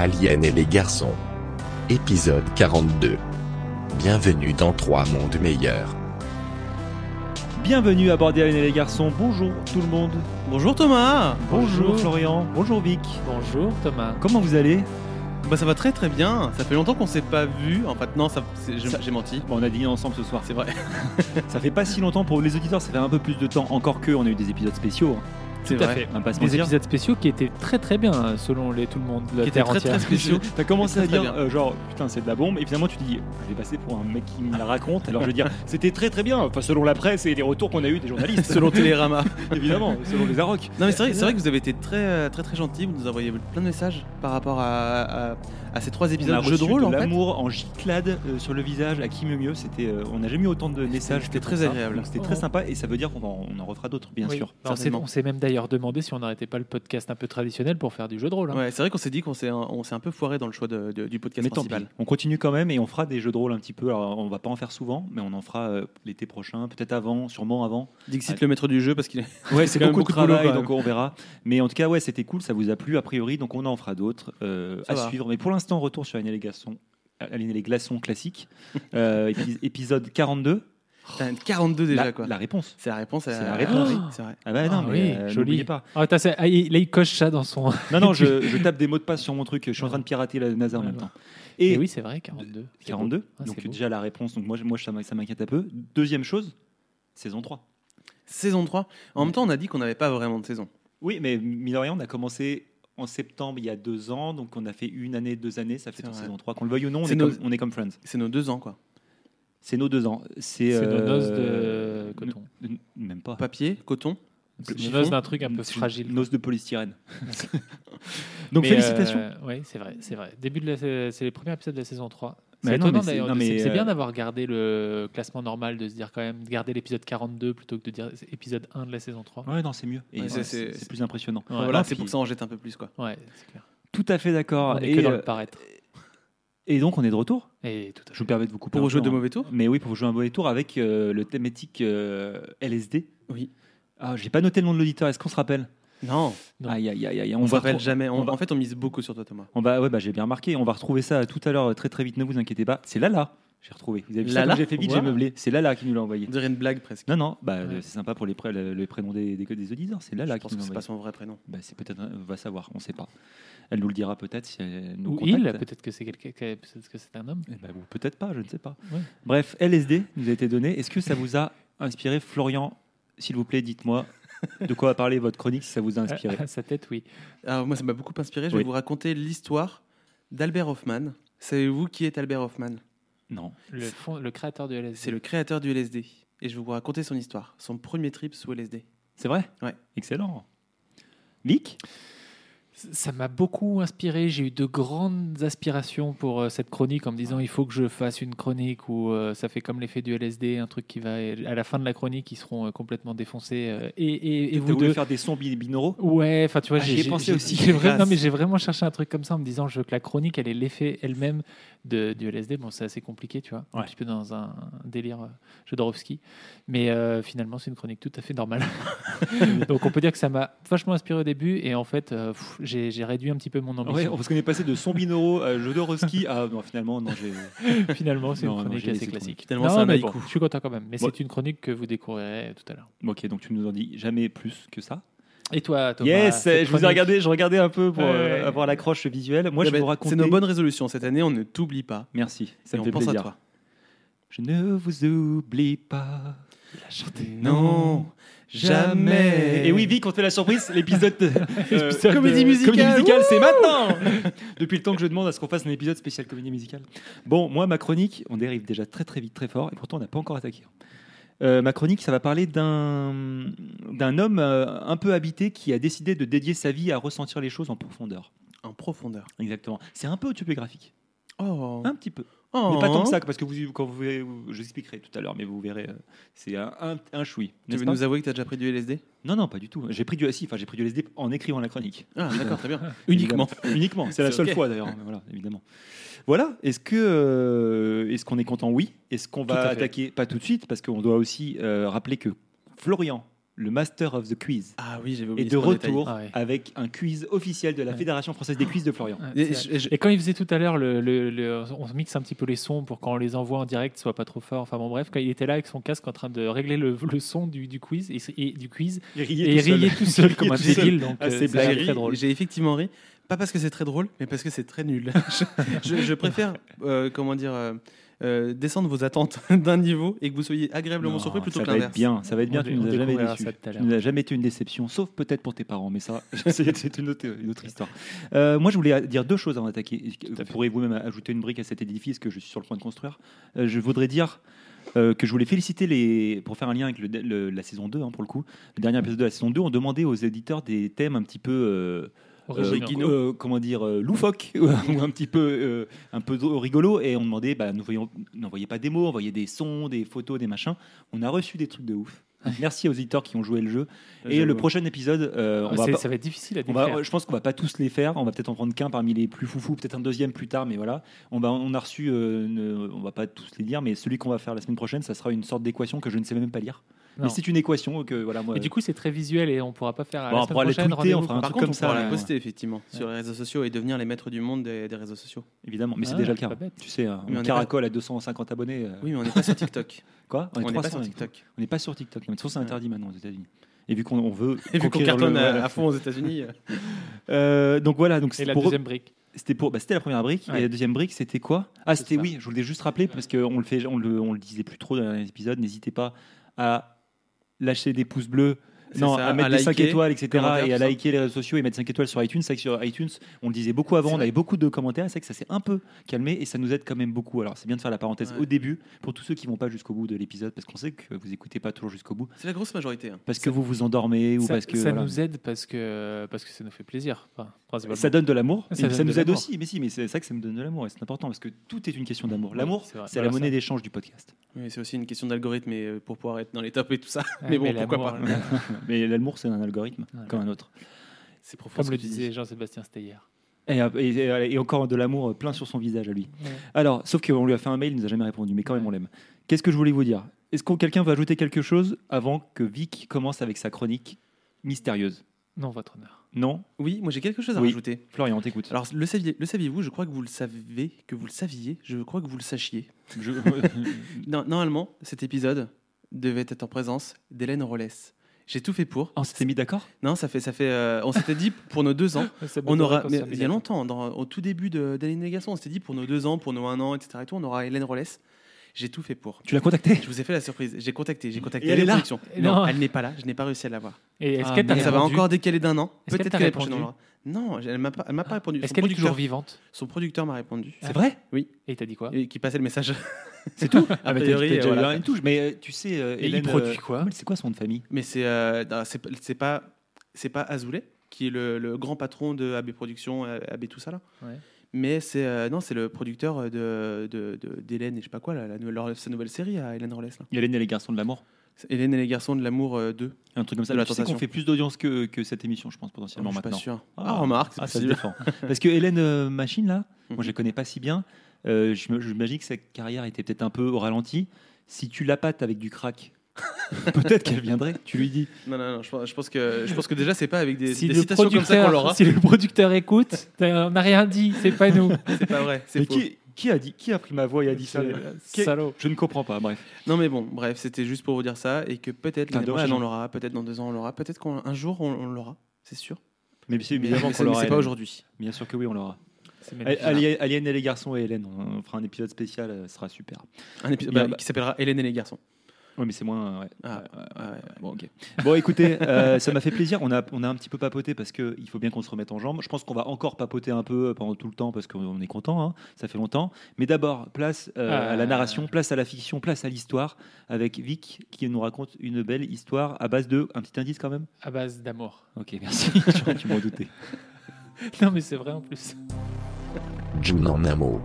Alien et les garçons. Épisode 42. Bienvenue dans 3 mondes meilleurs. Bienvenue à bord d'Alien et les garçons. Bonjour tout le monde. Bonjour Thomas. Bonjour Florian. Bonjour Vic. Bonjour Thomas. Comment vous allez ? Bah ça va très très bien. Ça fait longtemps qu'on s'est pas vu. En fait non, j'ai menti. Bon, on a dîné ensemble ce soir. C'est vrai. Ça fait pas si longtemps pour les auditeurs. Ça fait un peu plus de temps. Encore que on a eu des épisodes spéciaux. C'est Tout à vrai. fait. On va pas se Des mentir. épisodes spéciaux qui étaient très très bien selon tout le monde, la Qui étaient terre très entière. très spéciaux. T'as commencé à Très, très dire bien. genre putain c'est de la bombe et finalement tu te dis je vais passer pour un mec qui me la raconte alors je vais dire c'était très très bien enfin selon la presse et les retours qu'on a eu des journalistes Selon Télérama. évidemment selon les Arocs. Non mais c'est vrai que vous avez été très très très gentil. Vous nous envoyez plein de messages par rapport à ces 3 On a épisodes de jeux reçu de rôle de en fait. l'amour en giclade sur le visage à qui mieux c'était on n'a jamais eu autant de messages C'était que très pour ça. agréable. Donc, c'était très sympa et ça veut dire on en refera d'autres bien Oui. sûr. Alors, Certainement. on s'est même d'ailleurs demandé si on n'arrêtait pas le podcast un peu traditionnel pour faire du jeu de rôle. hein. Ouais, c'est vrai qu'on s'est dit qu'on s'est un peu foiré dans le choix du podcast Mais tant principal. pis, on continue quand même et on fera des jeux de rôle un petit peu. Alors on va pas en faire souvent, mais on en fera l'été prochain, peut-être avant, sûrement avant. Dixit le maître du jeu parce qu'il est. Ouais, c'est quand même beaucoup de beaucoup de boulot, travail, quand donc on verra. Mais en tout cas, ouais, c'était cool, ça vous a plu a priori, donc on en fera d'autres à va. suivre. Mais pour l'instant, retour sur Alien et les glaçons classiques, épisode 42. T'as 42 déjà la, quoi. la réponse. C'est la réponse. C'est la réponse. Oui, c'est vrai. Ah bah non, Ah mais oui, n'oubliez joli. pas. Ah, attends, là il coche ça dans son. Non, je tape des mots de passe sur mon truc. Je suis en train de pirater la NASA en même temps. Et oui, c'est vrai, 42. 42. Ah, Donc c'est beau. déjà la réponse. Donc moi ça m'inquiète un peu. Deuxième chose, saison 3. Saison 3. En même temps, on a dit qu'on n'avait pas vraiment de saison. Oui, mais mine de rien, on a commencé en septembre il y a 2 ans, donc on a fait 1 année, 2 années, ça fait C'est toute vrai. saison 3. Qu'on le veuille ou non, C'est nos- on est comme Friends. C'est nos 2 ans quoi. C'est nos 2 ans. C'est nos noces de coton. Même pas. Papier, coton. C'est chiffon. une noce d'un truc un peu fragile. Noces de polystyrène. Donc Mais, félicitations. Oui, c'est vrai. C'est les premiers épisodes de la saison 3. Mais C'est non, étonnant mais c'est- d'ailleurs. non, mais, C'est bien d'avoir gardé le classement normal, de se dire quand même, de garder l'épisode 42 plutôt que de dire épisode 1 de la saison 3. Ouais, non, c'est mieux. Et Ouais, c'est plus impressionnant. Ouais. Voilà, Non, c'est puis- pour que ça en jette un peu plus quoi. Ouais, c'est clair. Tout à fait d'accord. On est que dans Et, le paraître. et donc on est de retour. Et tout à Je fait. me permets de vous couper. Pour un jouer peu, de hein. mauvais tours. Mais oui, pour vous jouer un mauvais tour avec le thématique LSD. Oui. Ah, j'ai pas noté le nom de l'auditeur. Est-ce qu'on se rappelle? Non, Non. Aïe, aïe, aïe, aïe. on se rappelle retrouver- jamais. on va- En fait, on mise beaucoup sur toi Thomas. Ouais, bah, j'ai bien remarqué. On va retrouver ça tout à l'heure très très vite. Ne vous inquiétez pas. C'est Lala. J'ai retrouvé. Vous avez vu ça Lala quand j'ai fait vite, Voilà. j'ai meublé. C'est Lala qui nous l'a envoyé. On dirait une blague presque. Non, non. Bah, Ouais. c'est sympa pour les prénoms des auditeurs. C'est Lala Je qui pense nous que l'a c'est envoyé. pas son vrai prénom. Bah, c'est peut-être. On va savoir. On sait pas. Elle nous le dira peut-être si elle nous Ou contacte. il, peut-être que c'est quelqu'un, peut-être que c'est un homme. Eh ben, ou peut-être pas. Je ne sais pas. Ouais. Bref, LSD nous a été donné. Est-ce que ça vous a inspiré, Florian? S'il vous plaît, dites-moi de quoi va parler votre chronique si ça vous a inspiré. À sa tête, oui. Alors moi, ça m'a beaucoup inspiré. Je vais Oui. vous raconter l'histoire d'Albert Hoffman. Savez-vous qui est Albert Hoffman? Non. Le créateur du LSD. C'est le créateur du LSD. Et je vais vous raconter son histoire. Son premier trip sous LSD. C'est vrai? Ouais. Excellent. Vic? Ça m'a beaucoup inspiré. J'ai eu de grandes aspirations pour cette chronique en me disant il faut que je fasse une chronique où ça fait comme l'effet du LSD, un truc qui va à la fin de la chronique ils seront complètement défoncés. Et Vous vous voulez deux. faire des sons binauraux? Ouais, enfin tu vois, Ah, j'y ai pensé aussi. Non, mais j'ai vraiment cherché un truc comme ça en me disant je veux que la chronique elle ait l'effet elle-même du LSD. Bon, c'est assez compliqué, tu vois, un Ouais. petit peu dans un délire Jodorowsky, mais finalement c'est une chronique tout à fait normale. Donc on peut dire que ça m'a vachement inspiré au début et en fait j'ai réduit un petit peu mon Ouais, ambition. parce qu'on est passé de son binauraux à Jodorowsky à non, finalement, non, j'ai. Finalement, c'est Non, une non, chronique j'ai assez laissé classique. Finalement, Non, c'est un mais haïku. bon, je suis content quand même. Mais Ouais. c'est une chronique que vous découvrirez tout à l'heure. Ok, donc tu nous en dis jamais plus que ça. Et toi, Thomas? Yes, cette je vous ai chronique regardé, je regardais un peu pour Ouais. avoir l'accroche visuelle. Moi, Eh je ben, vous raconte. c'est nos bonnes résolutions. Cette année, on ne t'oublie pas. Merci, ça Et me on fait pense plaisir. à toi. Je ne vous oublie pas. Non, jamais. Et oui, Vic, on te fait la surprise. L'épisode Comédie musicale. Comédie musicale, c'est maintenant. Depuis le temps que je demande à ce qu'on fasse un épisode spécial comédie musicale. Bon, moi, ma chronique, on dérive déjà très très vite, très fort, et pourtant on n'a pas encore attaqué. Ma chronique, ça va parler d'un homme un peu habité qui a décidé de dédier sa vie à ressentir les choses en profondeur. En profondeur. Exactement. C'est un peu autobiographique, Oh. un petit peu. Oh. Mais pas tant que ça, parce que quand vous verrez, je expliquerai tout à l'heure, mais vous verrez, c'est un chouï. Tu n'est-ce veux pas nous avouer que tu as déjà pris du LSD? Non, pas du tout. J'ai pris du LSD en écrivant la chronique. Ah, d'accord, très bien. Uniquement. Uniquement. C'est la C'est seule ok. fois d'ailleurs. Mais voilà, évidemment. Voilà. Est-ce qu'on est content? Oui. Est-ce qu'on Tout à va fait. attaquer? Pas tout de suite, parce qu'on doit aussi rappeler que Florian le Master of the Quiz Ah oui, j'avais est oublié de ce point de détail. retour Ah ouais. avec un quiz officiel de la Fédération française des quiz de Florian. Ouais, Et c'est- je- Et quand il faisait tout à l'heure, on mixe un petit peu les sons pour quand on les envoie en direct, ce soit pas trop fort. Enfin bon, bref, quand il était là avec son casque en train de régler le son du quiz et du quiz, Il et il riait tout seul comme un tout seul. débile. Donc Ah, c'est ça a blague. l'air J'ai très ri, drôle. j'ai effectivement ri, pas parce que c'est très drôle, mais parce que c'est très nul. Je préfère, descendre vos attentes d'un niveau et que vous soyez agréablement Non, surpris plutôt ça que va être l'inverse. bien, ça va être bien. On Tu nous as découvrira jamais ça déçu. tout à Tu l'heure. nous as jamais été une déception, sauf peut-être pour tes parents, mais ça, c'est une autre histoire. Moi, je voulais dire deux choses avant d'attaquer. Vous pourrez vous-même ajouter une brique à cet édifice que je suis sur le point de construire. Je voudrais dire que je voulais féliciter pour faire un lien avec la saison 2, pour le coup. Le dernier épisode de la saison 2, on demandait aux éditeurs des thèmes un petit peu Originaux. loufoques ou un petit peu rigolo, et on demandait n'envoyez pas des mots, envoyez des sons, des photos, des machins. On a reçu des trucs de ouf. Donc, merci aux éditeurs qui ont joué le jeu. Et J'avoue. le prochain épisode, Ça va être difficile à décrire. je pense qu'on va pas tous les faire. On va peut-être en prendre qu'un parmi les plus foufous, peut-être un deuxième plus tard, mais voilà. On a reçu, on va pas tous les dire, mais celui qu'on va faire la semaine prochaine, ça sera une sorte d'équation que je ne sais même pas lire. Non. Mais c'est une équation que voilà moi. Et du coup, c'est très visuel et on pourra pas faire. Bon, la on semaine pourra les prochaine, tweeter, on rendez-vous, fera un Par truc contre, comme on pourra ça, la ouais. poster effectivement sur les réseaux sociaux et devenir les maîtres du monde des réseaux sociaux. Évidemment, mais c'est Ah, déjà le cas. pas bête. Tu sais, Mais on on est caracole à 250 abonnés. Oui, mais on n'est pas sur TikTok. Quoi On n'est pas 300, sur TikTok. On n'est pas sur TikTok. Mais de toute façon, c'est Ouais. interdit maintenant aux États-Unis. Et vu qu'on veut Et vu qu'on conquérir cartonne voilà. à fond aux États-Unis. Donc voilà, donc Et c'était la pour deuxième brique. c'était la première brique. Ouais. Et la deuxième brique, c'était quoi? Ah, c'était ça. oui. Je voulais juste rappeler parce qu'on le disait plus trop dans les épisodes. N'hésitez pas à lâcher des pouces bleus. C'est Non, ça, à mettre à des 5 liker, étoiles, etc. commentaires, Et à tout ça. liker les réseaux sociaux et mettre 5 étoiles sur iTunes. C'est vrai que sur iTunes, on le disait beaucoup avant, C'est on vrai. avait beaucoup de commentaires. C'est vrai que ça s'est un peu calmé et ça nous aide quand même beaucoup. Alors c'est bien de faire la parenthèse Ouais. au début pour tous ceux qui vont pas jusqu'au bout de l'épisode, parce qu'on sait que vous écoutez pas toujours jusqu'au bout, C'est la grosse majorité. hein. parce que vous vous endormez ou Ça, parce que ça voilà. nous aide parce que ça nous fait plaisir. Enfin, principalement. Ça donne de l'amour, Ça et donne ça de nous aide l'amour. aussi. Mais c'est ça que ça me donne de l'amour et c'est important parce que tout est une question d'amour. Oui, L'amour, c'est vrai. c'est la Voilà, monnaie ça. d'échange du podcast. Oui, c'est aussi une question d'algorithme et pour pouvoir être dans les tops et tout ça. Ouais, mais bon, pourquoi l'amour, pas. Mais l'amour, c'est un algorithme Ouais. comme un autre. C'est profond. Comme ce le que tu dis. disait Jean-Sébastien Steyer. Et encore de l'amour plein sur son visage à lui. Alors, sauf qu'on lui a fait un mail, il nous a jamais répondu, mais quand même on l'aime. Qu'est-ce que je voulais vous dire? Est-ce que quelqu'un veut ajouter quelque chose avant que Vic commence avec sa chronique mystérieuse? Non, votre honneur. Non? Oui, moi j'ai quelque chose à Oui. rajouter. Florian, on t'écoute. Alors, le saviez-vous? Je crois que vous le saviez. Je crois que vous le sachiez. Je- Normalement, cet épisode devait être en présence d'Hélène Rollès. J'ai tout fait pour. On s'était mis d'accord? Non, on s'était dit pour nos 2 ans, on aura, mais il y a longtemps, au tout début d'Hélène et les garçons, on s'était dit pour nos 2 ans, pour nos 1 an, etc. Et tout, on aura Hélène Rollès. J'ai tout fait pour. Tu l'as contacté? Je vous ai fait la surprise. J'ai contacté Et elle les est là productions. Non. Non, elle n'est pas là. Je n'ai pas réussi à l'avoir. Et est-ce Ah, qu'elle t'a merde. Ça va répondu encore décaler d'1 an. Est-ce qu'elle Peut-être t'a que l'année prochaine on répondu l'aura. Non, elle m'a pas répondu. Est-ce Son qu'elle est producteur- toujours vivante Son producteur m'a répondu. C'est vrai? Et il t'a dit quoi Et qui passait le message. C'est tout? A Ah, mais priori, t'as déjà eu voilà. une touche. Mais tu sais, Et Hélène. il produit quoi C'est quoi son nom de famille? Mais c'est pas Azoulay qui est le grand patron de AB Productions, AB tout ça là. Ouais. Mais c'est non, c'est le producteur d'Hélène et je sais pas quoi là, sa nouvelle série à Hélène Rollès là. Hélène et les garçons de l'amour. C'est Hélène et les garçons de l'amour 2. Un truc comme ça. De la Mais tu sais qu'on tentation. fait plus d'audience que cette émission, je pense, Je potentiellement suis pas maintenant. sûr. Ah. Ah, remarque, c'est Ah, ça se possible. défend. Parce que Hélène Machine, là, moi Mhm. je la connais pas si bien. J'imagine que sa carrière était peut-être un peu au ralenti. Si tu la pâtes avec du crack, peut-être qu'elle viendrait. Tu lui dis. Non, je pense que déjà c'est pas avec des Si citations comme ça qu'on l'aura. si le producteur écoute, on n'a rien dit, c'est pas nous. C'est pas vrai, c'est Mais faux. qui a pris ma voix et a dit ça? Qui- Salaud. Je ne comprends pas. Bref. Non mais bon, bref, c'était juste pour vous dire ça et que peut-être Putain, l'année dommage, prochaine hein. on l'aura, peut-être dans 2 ans on l'aura, peut-être qu'un jour on l'aura, c'est sûr. Mais c'est Mais, évidemment mais qu'on c'est l'aura. pas Hélène. aujourd'hui. Bien sûr que oui, on l'aura. C'est magnifique. Alien et les garçons et Hélène. On fera un épisode spécial. Ce sera super. Un épisode Bien, bah- qui s'appellera Hélène et les garçons. Oui, mais c'est moins. Ouais. Ah, ouais. Bon, ok. Bon, écoutez, ça m'a fait plaisir. On a un petit peu papoté parce qu'il faut bien qu'on se remette en jambes. Je pense qu'on va encore papoter un peu pendant tout le temps parce qu'on est content. Hein. Ça fait longtemps. Mais d'abord, place à la narration, place à la fiction, place à l'histoire avec Vic qui nous raconte une belle histoire à base de. Un petit indice quand même? À base d'amour. Ok, merci. Tu m'en doutais. Non, mais c'est vrai en plus. June en amour.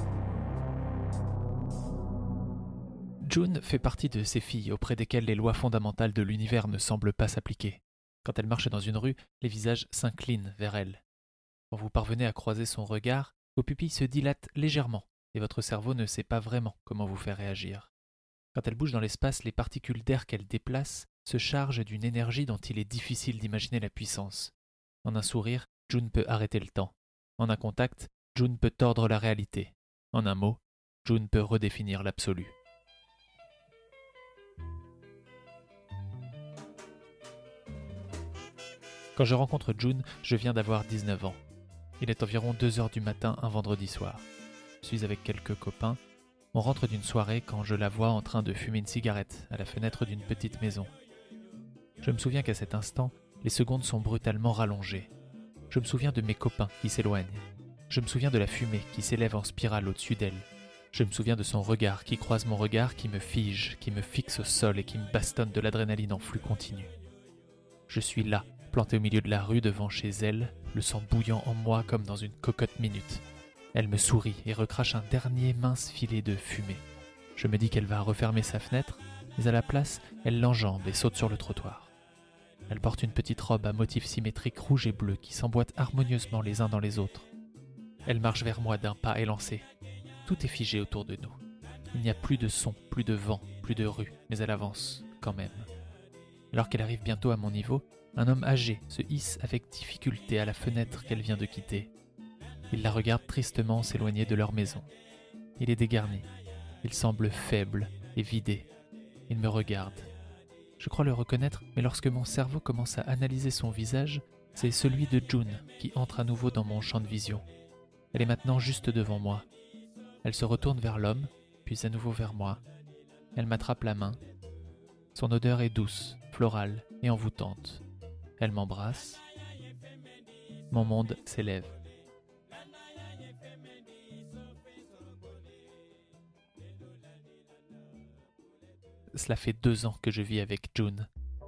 June fait partie de ces filles auprès desquelles les lois fondamentales de l'univers ne semblent pas s'appliquer. Quand elle marche dans une rue, les visages s'inclinent vers elle. Quand vous parvenez à croiser son regard, vos pupilles se dilatent légèrement et votre cerveau ne sait pas vraiment comment vous faire réagir. Quand elle bouge dans l'espace, les particules d'air qu'elle déplace se charge d'une énergie dont il est difficile d'imaginer la puissance. En un sourire, June peut arrêter le temps. En un contact, June peut tordre la réalité. En un mot, June peut redéfinir l'absolu. Quand je rencontre June, je viens d'avoir 19 ans. Il est environ 2h du matin un vendredi soir. Je suis avec quelques copains. On rentre d'une soirée quand je la vois en train de fumer une cigarette à la fenêtre d'une petite maison. Je me souviens qu'à cet instant, les secondes sont brutalement rallongées. Je me souviens de mes copains qui s'éloignent. Je me souviens de la fumée qui s'élève en spirale au-dessus d'elle. Je me souviens de son regard qui croise mon regard, qui me fige, qui me fixe au sol et qui me bastonne de l'adrénaline en flux continu. Je suis là, planté au milieu de la rue devant chez elle, le sang bouillant en moi comme dans une cocotte minute. Elle me sourit et recrache un dernier mince filet de fumée. Je me dis qu'elle va refermer sa fenêtre, mais à la place, elle l'enjambe et saute sur le trottoir. Elle porte une petite robe à motifs symétriques rouge et bleu qui s'emboîtent harmonieusement les uns dans les autres. Elle marche vers moi d'un pas élancé. Tout est figé autour de nous. Il n'y a plus de son, plus de vent, plus de rue, mais elle avance quand même. Alors qu'elle arrive bientôt à mon niveau, un homme âgé se hisse avec difficulté à la fenêtre qu'elle vient de quitter. Il la regarde tristement s'éloigner de leur maison. Il est dégarni. Il semble faible et vidé. Il me regarde. Je crois le reconnaître, mais lorsque mon cerveau commence à analyser son visage, c'est celui de June qui entre à nouveau dans mon champ de vision. Elle est maintenant juste devant moi. Elle se retourne vers l'homme, puis à nouveau vers moi. Elle m'attrape la main. Son odeur est douce, florale et envoûtante. Elle m'embrasse. Mon monde s'élève. Cela fait 2 ans que je vis avec June.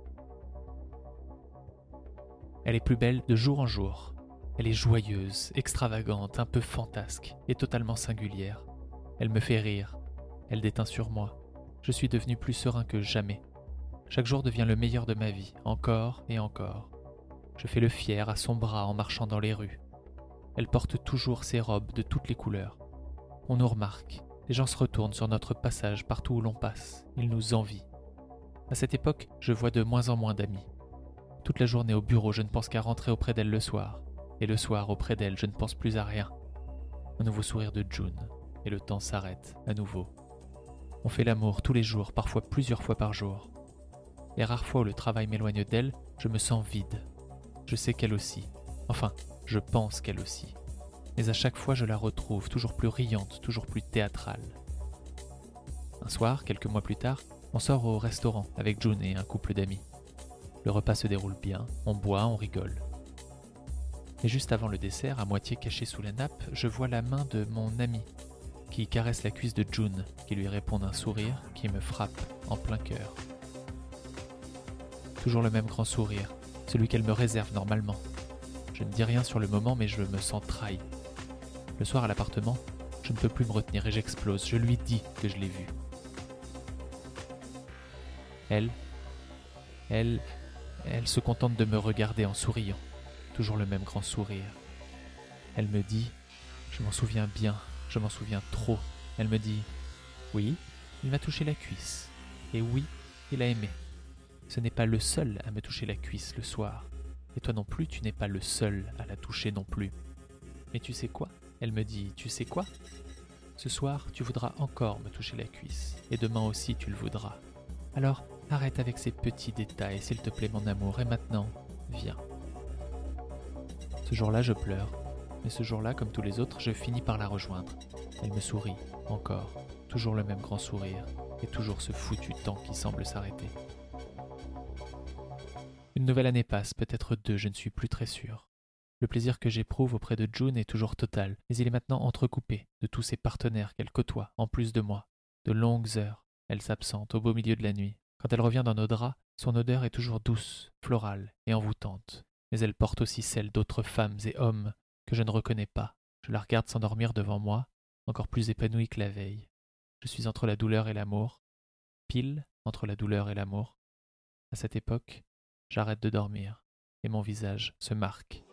Elle est plus belle de jour en jour. Elle est joyeuse, extravagante, un peu fantasque et totalement singulière. Elle me fait rire. Elle déteint sur moi. Je suis devenu plus serein que jamais. Chaque jour devient le meilleur de ma vie, encore et encore. Je fais le fier à son bras en marchant dans les rues. Elle porte toujours ses robes de toutes les couleurs. On nous remarque. Les gens se retournent sur notre passage partout où l'on passe. Ils nous envient. À cette époque, je vois de moins en moins d'amis. Toute la journée au bureau, je ne pense qu'à rentrer auprès d'elle le soir. Et le soir, auprès d'elle, je ne pense plus à rien. Un nouveau sourire de June. Et le temps s'arrête à nouveau. On fait l'amour tous les jours, parfois plusieurs fois par jour. Les rares fois où le travail m'éloigne d'elle, je me sens vide. Je sais qu'elle aussi. Enfin, je pense qu'elle aussi. Mais à chaque fois je la retrouve, toujours plus riante, toujours plus théâtrale. Un soir, quelques mois plus tard, on sort au restaurant avec June et un couple d'amis. Le repas se déroule bien, on boit, on rigole. Et juste avant le dessert, à moitié caché sous la nappe, je vois la main de mon ami qui caresse la cuisse de June, qui lui répond d'un sourire qui me frappe en plein cœur. Toujours le même grand sourire, celui qu'elle me réserve normalement. Je ne dis rien sur le moment, mais je me sens trahi. Le soir à l'appartement, je ne peux plus me retenir et j'explose. Je lui dis que je l'ai vue. Elle se contente de me regarder en souriant. Toujours le même grand sourire. Elle me dit, je m'en souviens bien, je m'en souviens trop. Elle me dit, oui, il m'a touché la cuisse. Et oui, il a aimé. Ce n'est pas le seul à me toucher la cuisse le soir. Et toi non plus, tu n'es pas le seul à la toucher non plus. Mais tu sais quoi ? Elle me dit, tu sais quoi ? Ce soir, tu voudras encore me toucher la cuisse. Et demain aussi, tu le voudras. Alors, arrête avec ces petits détails, s'il te plaît, mon amour. Et maintenant, viens. Ce jour-là, je pleure. Mais ce jour-là, comme tous les autres, je finis par la rejoindre. Elle me sourit, encore. Toujours le même grand sourire. Et toujours ce foutu temps qui semble s'arrêter. Une nouvelle année passe, peut-être 2, je ne suis plus très sûr. Le plaisir que j'éprouve auprès de June est toujours total, mais il est maintenant entrecoupé de tous ses partenaires qu'elle côtoie, en plus de moi. De longues heures, elle s'absente au beau milieu de la nuit. Quand elle revient dans nos draps, son odeur est toujours douce, florale et envoûtante. Mais elle porte aussi celle d'autres femmes et hommes que je ne reconnais pas. Je la regarde s'endormir devant moi, encore plus épanouie que la veille. Je suis entre la douleur et l'amour, pile entre la douleur et l'amour. À cette époque, j'arrête de dormir et mon visage se marque.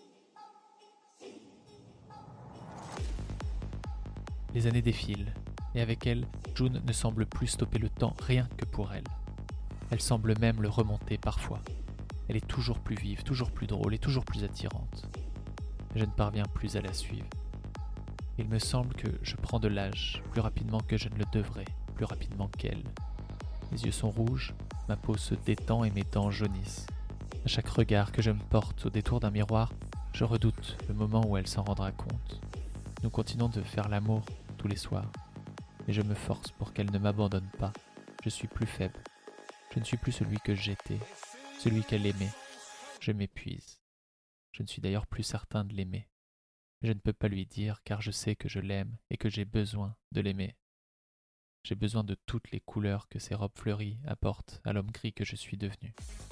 Les années défilent Et avec elle, June ne semble plus stopper le temps rien que pour elle. Elle semble même le remonter parfois. Elle est toujours plus vive, toujours plus drôle et toujours plus attirante. Je ne parviens plus à la suivre. Il me semble que je prends de l'âge, plus rapidement que je ne le devrais, plus rapidement qu'elle. Mes yeux sont rouges, ma peau se détend et mes dents jaunissent. À chaque regard que je me porte au détour d'un miroir, je redoute le moment où elle s'en rendra compte. Nous continuons de faire l'amour tous les soirs, mais je me force pour qu'elle ne m'abandonne pas. Je suis plus faible. Je ne suis plus celui que j'étais, celui qu'elle aimait. Je m'épuise. Je ne suis d'ailleurs plus certain de l'aimer. Je ne peux pas lui dire car je sais que je l'aime et que j'ai besoin de l'aimer. J'ai besoin de toutes les couleurs que ces robes fleuries apportent à l'homme gris que je suis devenu.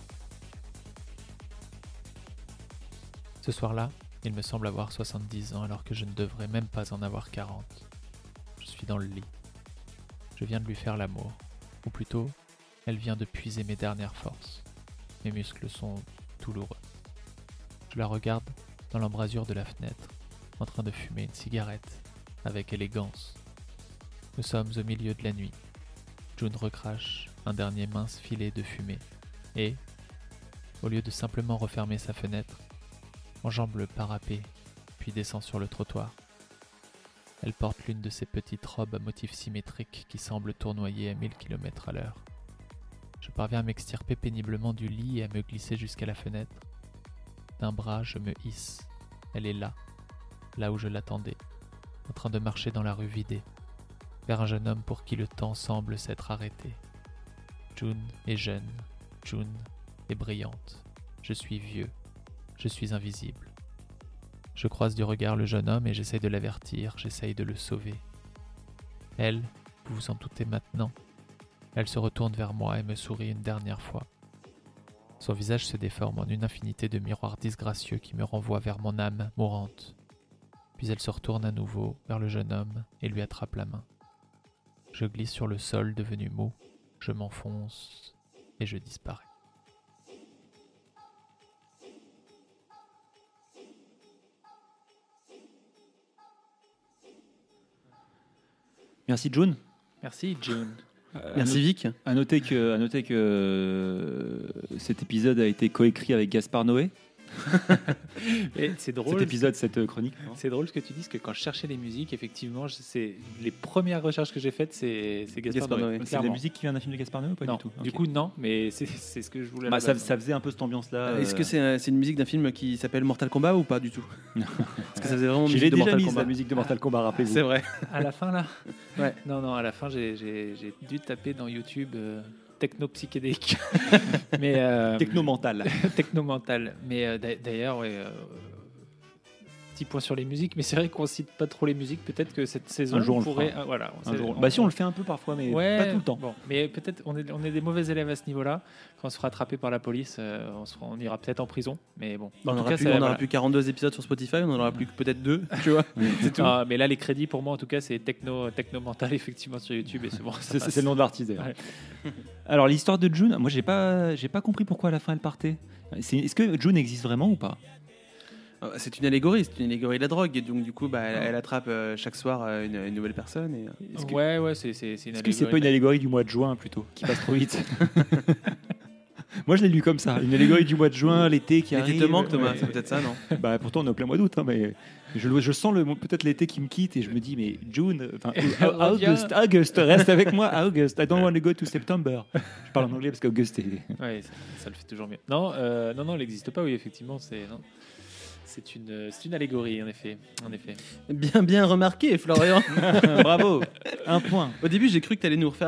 Ce soir-là, il me semble avoir 70 ans alors que je ne devrais même pas en avoir 40. Je suis dans le lit. Je viens de lui faire l'amour. Ou plutôt, elle vient de puiser mes dernières forces. Mes muscles sont douloureux. Je la regarde dans l'embrasure de la fenêtre, en train de fumer une cigarette, avec élégance. Nous sommes au milieu de la nuit. June recrache un dernier mince filet de fumée et, au lieu de simplement refermer sa fenêtre, enjambe le parapet, puis descend sur le trottoir. Elle porte l'une de ces petites robes à motifs symétriques qui semblent tournoyer à 1000 km/h. Je parviens à m'extirper péniblement du lit et à me glisser jusqu'à la fenêtre. D'un bras, je me hisse. Elle est là où je l'attendais, en train de marcher dans la rue vidée, vers un jeune homme pour qui le temps semble s'être arrêté. June est jeune, June est brillante. Je suis vieux, je suis invisible. Je croise du regard le jeune homme et j'essaye de l'avertir, j'essaye de le sauver. Elle, vous vous en doutez maintenant, elle se retourne vers moi et me sourit une dernière fois. Son visage se déforme en une infinité de miroirs disgracieux qui me renvoient vers mon âme mourante. Puis elle se retourne à nouveau vers le jeune homme et lui attrape la main. Je glisse sur le sol devenu mou, je m'enfonce et je disparais. Merci June. Merci June. Merci Vic. À noter que cet épisode a été coécrit avec Gaspard Noé. Et c'est drôle. Cet épisode, cette chronique. C'est drôle ce que tu dises que quand je cherchais les musiques, effectivement, c'est les premières recherches que j'ai faites, c'est Gaspard Noé. C'est la musique qui vient d'un film de Gaspard Noé ou pas non, du tout? Du coup, non, mais c'est ce que je voulais. Bah, ça faisait un peu cette ambiance-là. Est-ce que c'est une musique d'un film qui s'appelle Mortal Kombat ou pas du tout? Parce que ça faisait vraiment musique de Mortal Kombat. La musique de Mortal Kombat, rappelez-vous. C'est vrai. À la fin là. Ouais. Non, à la fin, j'ai dû taper dans YouTube. Techno-psychédélique. Mais techno-mental. Techno-mental. Mais d'ailleurs, ouais, petit point sur les musiques, mais c'est vrai qu'on cite pas trop les musiques. Peut-être que cette saison, un jour on pourrait. le fera. Voilà, si on le fait un peu parfois, mais pas tout le temps. Bon, mais peut-être on est des mauvais élèves à ce niveau-là. Quand on se fera attraper par la police, on ira peut-être en prison. Mais bon. On n'aura plus 42 épisodes sur Spotify, on en aura plus que peut-être 2. Tu vois. C'est tout. Ah, mais là, les crédits pour moi, en tout cas, c'est techno-mental effectivement sur YouTube. Et c'est bon. C'est le nom de l'artiste. Ouais. Alors l'histoire de June, moi j'ai pas compris pourquoi à la fin elle partait. Est-ce que June existe vraiment ou pas? C'est une allégorie de la drogue, et donc du coup, elle attrape chaque soir une nouvelle personne. Et, c'est une allégorie. Est-ce que c'est pas une allégorie du mois de juin plutôt, qui passe trop vite? Moi, je l'ai lu comme ça, une allégorie du mois de juin, l'été qui arrive. L'été te manque, Thomas, c'est peut-être ça, non? Bah pourtant, on est au plein mois d'août, hein, mais je sens peut-être l'été qui me quitte et je me dis, mais June, August, reste avec moi, August. I don't want to go to September. Je parle en anglais parce qu'August est. Ouais, ça le fait toujours mieux. Non, elle n'existe pas. Oui, effectivement, c'est une allégorie, en effet. Bien remarqué, Florian. Bravo. Un point. Au début, j'ai cru que tu allais nous refaire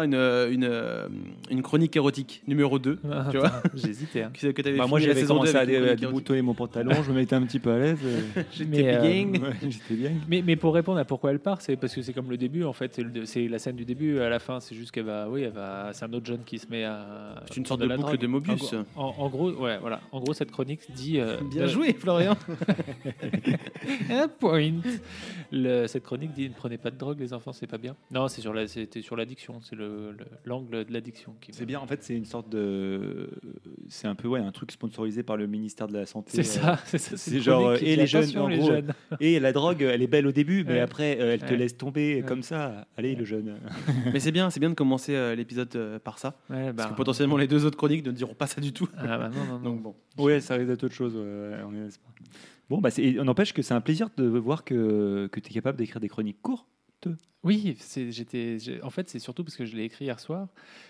une chronique érotique numéro 2. Tu vois, j'hésitais. Hein. Moi, j'avais commencé à déboutonner mon pantalon. Je me mettais un petit peu à l'aise. J'étais bien. Mais pour répondre à pourquoi elle part, c'est parce que c'est comme le début. En fait, c'est la scène du début. À la fin, c'est juste qu'elle va. C'est un autre jeune qui se met à. C'est une sorte de boucle de Mobius. En gros, ouais, voilà. En gros, cette chronique dit. Bien joué, Florian. Un point. Cette chronique dit ne prenez pas de drogue, les enfants, c'est pas bien. Non, c'était sur l'addiction. C'est l'angle de l'addiction. C'est bien. En fait, c'est une sorte de. C'est un peu un truc sponsorisé par le ministère de la Santé. C'est ça. C'est genre et les jeunes, en gros. Jeunes. Et la drogue, elle est belle au début, mais après, elle te laisse tomber comme ça. Allez, le jeune. Mais c'est bien de commencer l'épisode par ça. Parce que potentiellement les 2 autres chroniques ne diront pas ça du tout. Ah bah non. Donc bon. Ouais, ça risque d'être autre chose. Bon, on n'empêche que c'est un plaisir de voir que tu es capable d'écrire des chroniques courtes. Oui, en fait, c'est surtout parce que je l'ai écrit hier soir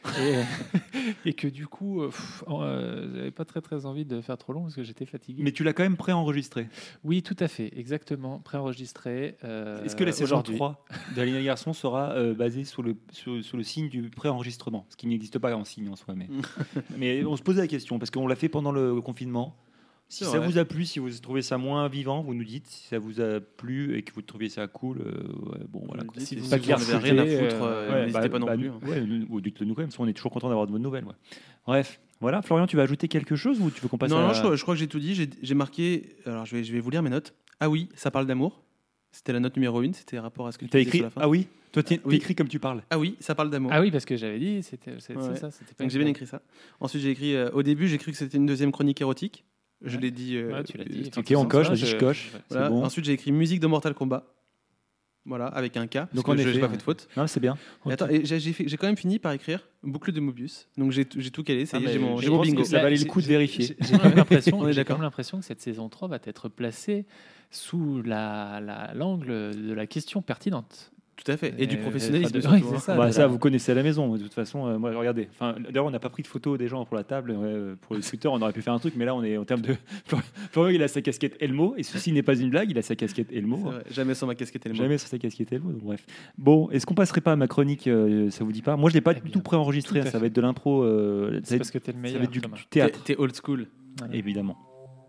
et que du coup, j'avais pas très envie de faire trop long parce que j'étais fatigué. Mais tu l'as quand même préenregistré. Oui, tout à fait, exactement, préenregistré. Est-ce que la saison 3 d'Aline et Garçon sera basée sous le signe du préenregistrement, ce qui n'existe pas en signe en soi, mais on se posait la question parce qu'on l'a fait pendant le confinement. Si ça vous a plu, si vous trouvez ça moins vivant, vous nous dites. Si ça vous a plu et que vous trouvez ça cool, bon voilà. Si vous n'avez rien à foutre, n'hésitez pas non plus. Ou dites-le nous quand même, parce qu'on est toujours content d'avoir de bonnes nouvelles. Bref, voilà. Florian, tu vas ajouter quelque chose ou tu veux qu'on passe Non, je crois que j'ai tout dit. J'ai marqué. Alors je vais vous lire mes notes. Ah oui, ça parle d'amour. C'était la note numéro 1. C'était rapport à ce que tu as écrit. Ah oui. Toi, t'écris comme tu parles. Ah oui, ça parle d'amour. Ah oui, parce que j'avais dit, c'était ça. Donc j'ai bien écrit ça. Ensuite, j'ai écrit. Au début, j'ai cru que c'était une deuxième chronique érotique. Je l'ai dit. Tu l'as dit. Ok, on coche, je coche. Voilà. Bon. Ensuite, j'ai écrit musique de Mortal Kombat. Voilà, avec un K. Donc je n'ai pas fait de faute. Non, c'est bien. J'ai quand même fini par écrire boucle de Mobius. Donc j'ai tout calé. J'ai mon bingo. Ça valait le coup de vérifier. J'ai quand même l'impression que cette saison 3 va être placée sous l'angle de la question pertinente. Tout à fait. Et du professionnalisme. Oui, c'est ça. Ça, vous connaissez à la maison. De toute façon, moi, regardez. D'ailleurs, on n'a pas pris de photos des gens pour la table. Pour le Twitter, on aurait pu faire un truc, mais là, on est en termes de. Florian, il a sa casquette Elmo, et ceci n'est pas une blague. Il a sa casquette Elmo. Vrai, jamais sans ma casquette Elmo. Jamais sans sa casquette Elmo. Donc, bref. Bon, est-ce qu'on passerait pas à ma chronique Ça vous dit pas? Moi, je l'ai pas du tout préenregistré. Ça va être de l'impro. C'est parce que t'es le meilleur. Ça va être du théâtre. T'es old school. Voilà. Évidemment.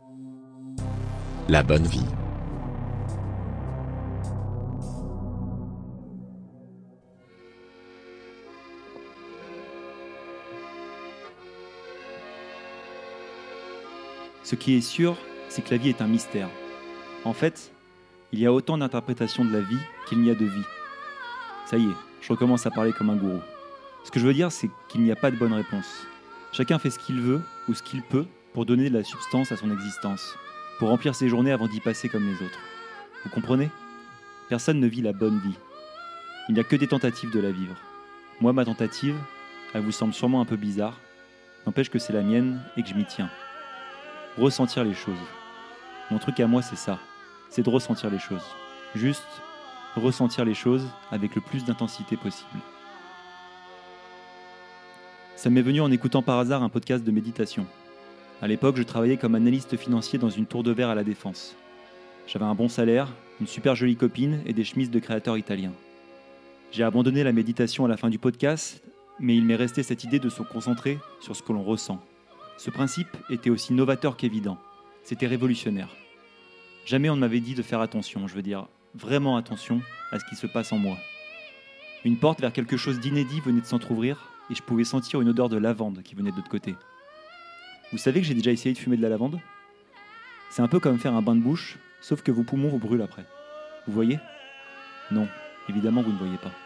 La bonne vie. Ce qui est sûr, c'est que la vie est un mystère. En fait, il y a autant d'interprétations de la vie qu'il n'y a de vie. Ça y est, je recommence à parler comme un gourou. Ce que je veux dire, c'est qu'il n'y a pas de bonne réponse. Chacun fait ce qu'il veut ou ce qu'il peut pour donner de la substance à son existence, pour remplir ses journées avant d'y passer comme les autres. Vous comprenez ? Personne ne vit la bonne vie. Il n'y a que des tentatives de la vivre. Moi, ma tentative, elle vous semble sûrement un peu bizarre, n'empêche que c'est la mienne et que je m'y tiens. Ressentir les choses. Mon truc à moi, c'est ça. C'est de ressentir les choses. Juste ressentir les choses avec le plus d'intensité possible. Ça m'est venu en écoutant par hasard un podcast de méditation. À l'époque, je travaillais comme analyste financier dans une tour de verre à La Défense. J'avais un bon salaire, une super jolie copine et des chemises de créateurs italiens. J'ai abandonné la méditation à la fin du podcast, mais il m'est resté cette idée de se concentrer sur ce que l'on ressent. Ce principe était aussi novateur qu'évident. C'était révolutionnaire. Jamais on ne m'avait dit de faire attention, je veux dire vraiment attention à ce qui se passe en moi. Une porte vers quelque chose d'inédit venait de s'entrouvrir et je pouvais sentir une odeur de lavande qui venait de l'autre côté. Vous savez que j'ai déjà essayé de fumer de la lavande ? C'est un peu comme faire un bain de bouche, sauf que vos poumons vous brûlent après. Vous voyez ? Non, évidemment vous ne voyez pas.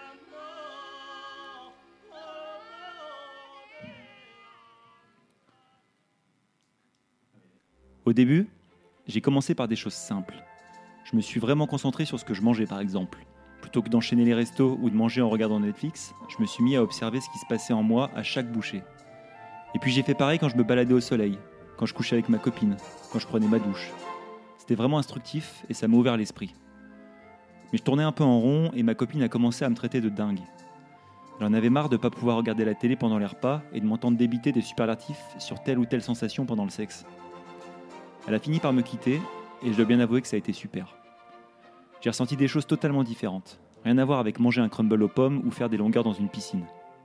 Au début, j'ai commencé par des choses simples. Je me suis vraiment concentré sur ce que je mangeais par exemple. Plutôt que d'enchaîner les restos ou de manger en regardant Netflix, je me suis mis à observer ce qui se passait en moi à chaque bouchée. Et puis j'ai fait pareil quand je me baladais au soleil, quand je couchais avec ma copine, quand je prenais ma douche. C'était vraiment instructif et ça m'a ouvert l'esprit. Mais je tournais un peu en rond et ma copine a commencé à me traiter de dingue. J'en avais marre de ne pas pouvoir regarder la télé pendant les repas et de m'entendre débiter des superlatifs sur telle ou telle sensation pendant le sexe. Elle a fini par me quitter et je dois bien avouer que ça a été super. J'ai ressenti des choses totalement différentes. Rien à voir avec manger un crumble aux pommes ou faire des longueurs dans une piscine.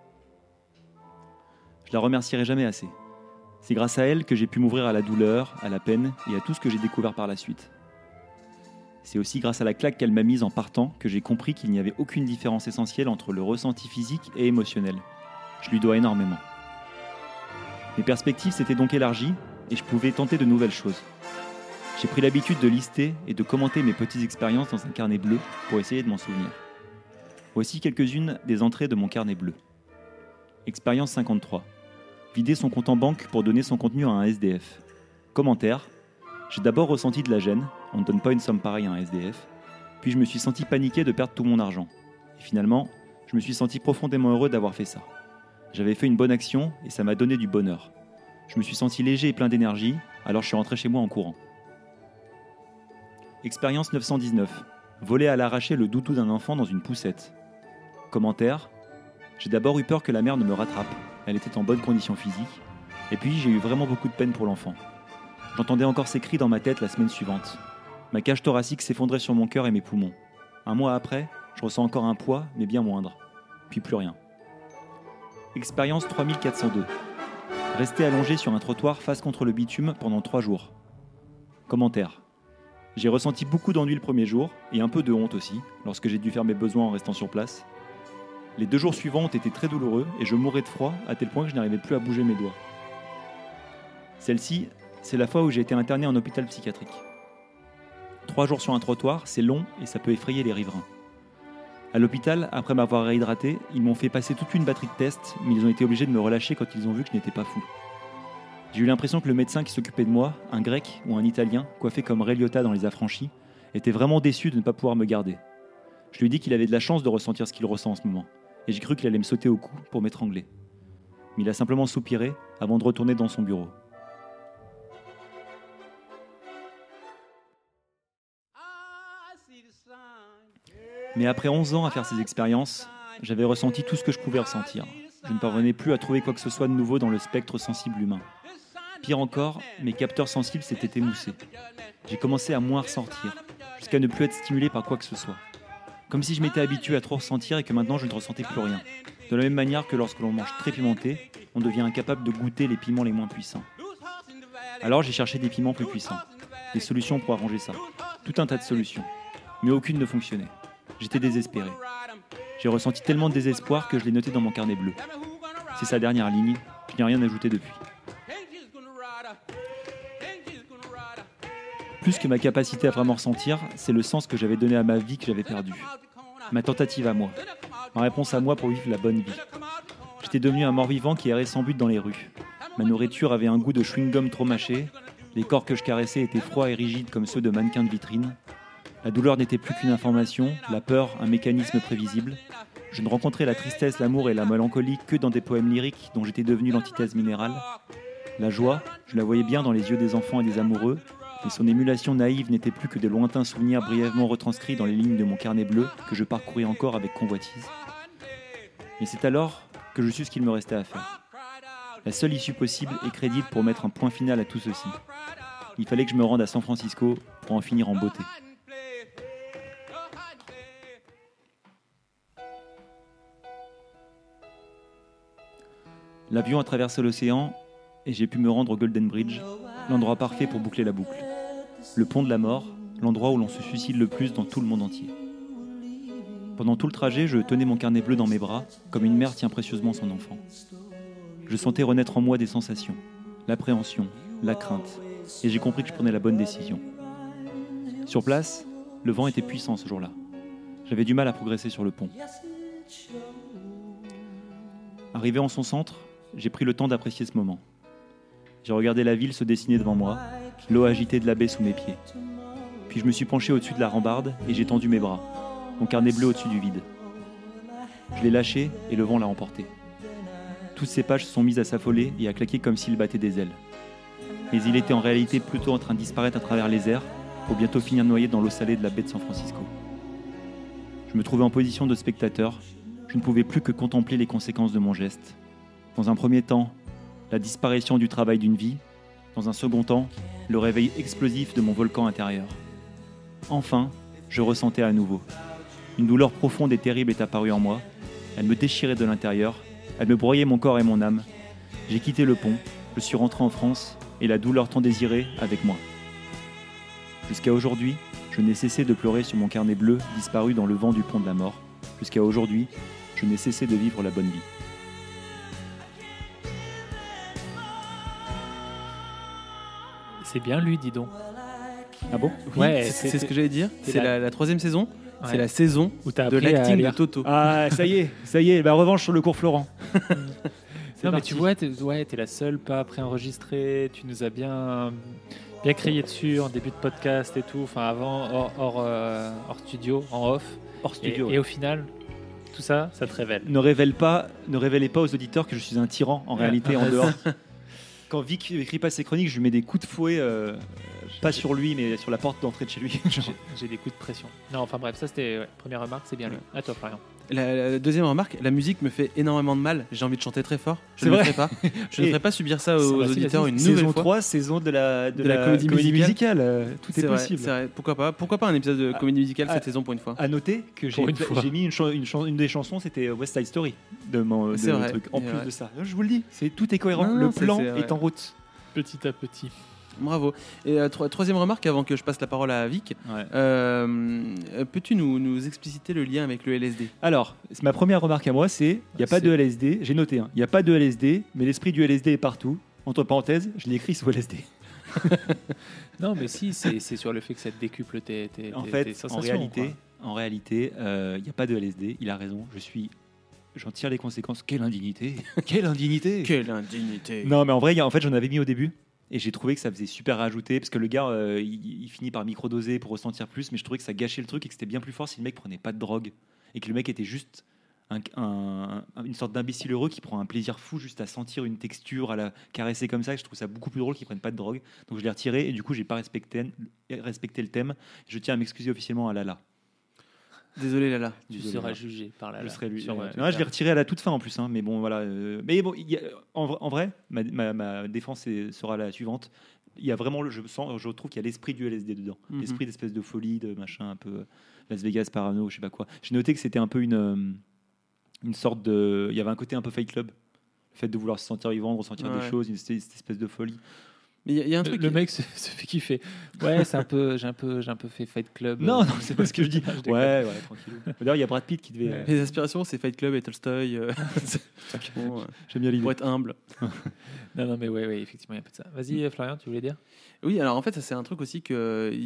Je la remercierai jamais assez. C'est grâce à elle que j'ai pu m'ouvrir à la douleur, à la peine et à tout ce que j'ai découvert par la suite. C'est aussi grâce à la claque qu'elle m'a mise en partant que j'ai compris qu'il n'y avait aucune différence essentielle entre le ressenti physique et émotionnel. Je lui dois énormément. Mes perspectives s'étaient donc élargies et je pouvais tenter de nouvelles choses. J'ai pris l'habitude de lister et de commenter mes petites expériences dans un carnet bleu pour essayer de m'en souvenir. Voici quelques-unes des entrées de mon carnet bleu. Expérience 53. Vider son compte en banque pour donner son contenu à un SDF. Commentaire. J'ai d'abord ressenti de la gêne, on ne donne pas une somme pareille à un SDF, puis je me suis senti paniqué de perdre tout mon argent. Et finalement, je me suis senti profondément heureux d'avoir fait ça. J'avais fait une bonne action et ça m'a donné du bonheur. Je me suis senti léger et plein d'énergie, alors je suis rentré chez moi en courant. Expérience 919. Voler à l'arraché le doudou d'un enfant dans une poussette. Commentaire. J'ai d'abord eu peur que la mère ne me rattrape. Elle était en bonne condition physique. Et puis j'ai eu vraiment beaucoup de peine pour l'enfant. J'entendais encore ses cris dans ma tête la semaine suivante. Ma cage thoracique s'effondrait sur mon cœur et mes poumons. Un mois après, je ressens encore un poids, mais bien moindre. Puis plus rien. Expérience 3402. Rester allongé sur un trottoir face contre le bitume pendant 3 jours. Commentaire. J'ai ressenti beaucoup d'ennui le premier jour, et un peu de honte aussi, lorsque j'ai dû faire mes besoins en restant sur place. Les 2 jours suivants ont été très douloureux, et je mourais de froid à tel point que je n'arrivais plus à bouger mes doigts. Celle-ci, c'est la fois où j'ai été interné en hôpital psychiatrique. 3 jours sur un trottoir, c'est long et ça peut effrayer les riverains. À l'hôpital, après m'avoir réhydraté, ils m'ont fait passer toute une batterie de tests, mais ils ont été obligés de me relâcher quand ils ont vu que je n'étais pas fou. J'ai eu l'impression que le médecin qui s'occupait de moi, un grec ou un italien, coiffé comme Ray Liotta dans Les Affranchis, était vraiment déçu de ne pas pouvoir me garder. Je lui ai dit qu'il avait de la chance de ressentir ce qu'il ressent en ce moment, et j'ai cru qu'il allait me sauter au cou pour m'étrangler. Mais il a simplement soupiré avant de retourner dans son bureau. Mais après 11 ans à faire ces expériences, j'avais ressenti tout ce que je pouvais ressentir. Je ne parvenais plus à trouver quoi que ce soit de nouveau dans le spectre sensible humain. Pire encore, mes capteurs sensibles s'étaient émoussés. J'ai commencé à moins ressentir, jusqu'à ne plus être stimulé par quoi que ce soit. Comme si je m'étais habitué à trop ressentir et que maintenant je ne ressentais plus rien. De la même manière que lorsque l'on mange très pimenté, on devient incapable de goûter les piments les moins puissants. Alors j'ai cherché des piments plus puissants, des solutions pour arranger ça. Tout un tas de solutions, mais aucune ne fonctionnait. J'étais désespéré. J'ai ressenti tellement de désespoir que je l'ai noté dans mon carnet bleu. C'est sa dernière ligne, je n'ai rien ajouté depuis. Plus que ma capacité à vraiment ressentir, c'est le sens que j'avais donné à ma vie que j'avais perdu. Ma tentative à moi. Ma réponse à moi pour vivre la bonne vie. J'étais devenu un mort-vivant qui errait sans but dans les rues. Ma nourriture avait un goût de chewing-gum trop mâché. Les corps que je caressais étaient froids et rigides comme ceux de mannequins de vitrine. La douleur n'était plus qu'une information, la peur un mécanisme prévisible. Je ne rencontrais la tristesse, l'amour et la mélancolie que dans des poèmes lyriques dont j'étais devenu l'antithèse minérale. La joie, je la voyais bien dans les yeux des enfants et des amoureux, mais son émulation naïve n'était plus que des lointains souvenirs brièvement retranscrits dans les lignes de mon carnet bleu que je parcourais encore avec convoitise. Mais c'est alors que je sus ce qu'il me restait à faire. La seule issue possible et crédible pour mettre un point final à tout ceci. Il fallait que je me rende à San Francisco pour en finir en beauté. L'avion a traversé l'océan et j'ai pu me rendre au Golden Bridge, l'endroit parfait pour boucler la boucle. Le pont de la mort, l'endroit où l'on se suicide le plus dans tout le monde entier. Pendant tout le trajet, je tenais mon carnet bleu dans mes bras, comme une mère tient précieusement son enfant. Je sentais renaître en moi des sensations, l'appréhension, la crainte, et j'ai compris que je prenais la bonne décision. Sur place, le vent était puissant ce jour-là. J'avais du mal à progresser sur le pont. Arrivé en son centre, j'ai pris le temps d'apprécier ce moment. J'ai regardé la ville se dessiner devant moi, l'eau agitée de la baie sous mes pieds. Puis je me suis penché au-dessus de la rambarde et j'ai tendu mes bras, mon carnet bleu au-dessus du vide. Je l'ai lâché et le vent l'a emporté. Toutes ces pages se sont mises à s'affoler et à claquer comme s'il battait des ailes. Mais il était en réalité plutôt en train de disparaître à travers les airs pour bientôt finir noyé dans l'eau salée de la baie de San Francisco. Je me trouvais en position de spectateur. Je ne pouvais plus que contempler les conséquences de mon geste. Dans un premier temps, la disparition du travail d'une vie. Dans un second temps, le réveil explosif de mon volcan intérieur. Enfin, je ressentais à nouveau. Une douleur profonde et terrible est apparue en moi. Elle me déchirait de l'intérieur. Elle me broyait mon corps et mon âme. J'ai quitté le pont. Je suis rentré en France et la douleur tant désirée avec moi. Jusqu'à aujourd'hui, je n'ai cessé de pleurer sur mon carnet bleu disparu dans le vent du pont de la mort. Jusqu'à aujourd'hui, je n'ai cessé de vivre la bonne vie. C'est bien lui, dis donc. Ah bon? Oui, Ouais, c'est ce que j'allais dire. C'est la 3e saison. Ouais. C'est la saison Où t'as de appris à l'acting de lire. Toto. Ah, ça y est. Bah, revanche sur le cours Florent. Non, mais parti. tu vois, t'es la seule pas préenregistrée. Tu nous as bien crié dessus en début de podcast et tout. Enfin, avant, hors studio, en off. Hors studio. Et au final, tout ça, ça te révèle. Ne révélez pas aux auditeurs que je suis un tyran en réalité en dehors. Quand Vic écrit pas ses chroniques, je lui mets des coups de fouet, pas sur lui, mais sur la porte d'entrée de chez lui. J'ai des coups de pression. Non, enfin bref, ça c'était première remarque, c'est bien lui. À toi, Florian. La deuxième remarque, la musique me fait énormément de mal. J'ai envie de chanter très fort. Je C'est ne le vrai. ferai pas. Je ne ferai pas subir ça aux auditeurs une saison nouvelle fois. 3, saison de la comédie musicale. Tout est vrai, possible. c'est vrai. Pourquoi pas un épisode de comédie musicale cette saison pour une fois. À noter que Pour une fois. j'ai mis une des chansons, c'était West Side Story de mon C'est vrai. truc. En C'est plus vrai. de ça, je vous le dis, tout est cohérent. Non, le c'est plan vrai. est en route. Petit à petit. Bravo. Et troisième remarque, avant que je passe la parole à Vic, peux-tu nous expliciter le lien avec le LSD? Alors, ma première remarque à moi, c'est il n'y a pas de LSD. J'ai noté, il n'y a pas de LSD, mais l'esprit du LSD est partout. Entre parenthèses, je l'ai écrit sous LSD. Non, mais si, c'est sur le fait que ça te décuple tes En sensations. en réalité, il n'y a pas de LSD. Il a raison. J'en tire les conséquences. Quelle indignité! Quelle indignité! Quelle indignité! Non, mais en vrai, j'en avais mis au début. Et j'ai trouvé que ça faisait super rajouter, parce que le gars, il finit par microdoser pour ressentir plus, mais je trouvais que ça gâchait le truc et que c'était bien plus fort si le mec prenait pas de drogue. Et que le mec était juste une sorte d'imbécile heureux qui prend un plaisir fou juste à sentir une texture, à la caresser comme ça. Et je trouve ça beaucoup plus drôle qu'il prenne pas de drogue. Donc je l'ai retiré et du coup, j'ai pas respecté le thème. Je tiens à m'excuser officiellement à Lala. Désolé Lala. Tu seras jugé par là. Je serai lui. Sur, Non, je l'ai retiré à la toute fin en plus, hein, mais bon voilà. Mais bon, en vrai, ma défense sera la suivante. Il y a vraiment, je trouve qu'il y a l'esprit du LSD dedans, l'esprit d'espèce de folie, de machin un peu Las Vegas parano, je sais pas quoi. J'ai noté que c'était un peu une sorte de, il y avait un côté un peu Fight Club, le fait de vouloir se sentir vivant, de ressentir des choses, cette espèce de folie. Mais il y a un truc. Le mec se fait kiffer. Ouais, j'ai un peu fait Fight Club. Non, c'est pas ce que je dis. ouais, tranquille. D'ailleurs, il y a Brad Pitt qui devait. Les aspirations, c'est Fight Club et Tolstoy. J'aime bien l'idée. Pour être humble. Non, mais ouais, effectivement, il y a un peu de ça. Vas-y, Florian, tu voulais dire? Oui, alors en fait, ça c'est un truc aussi qui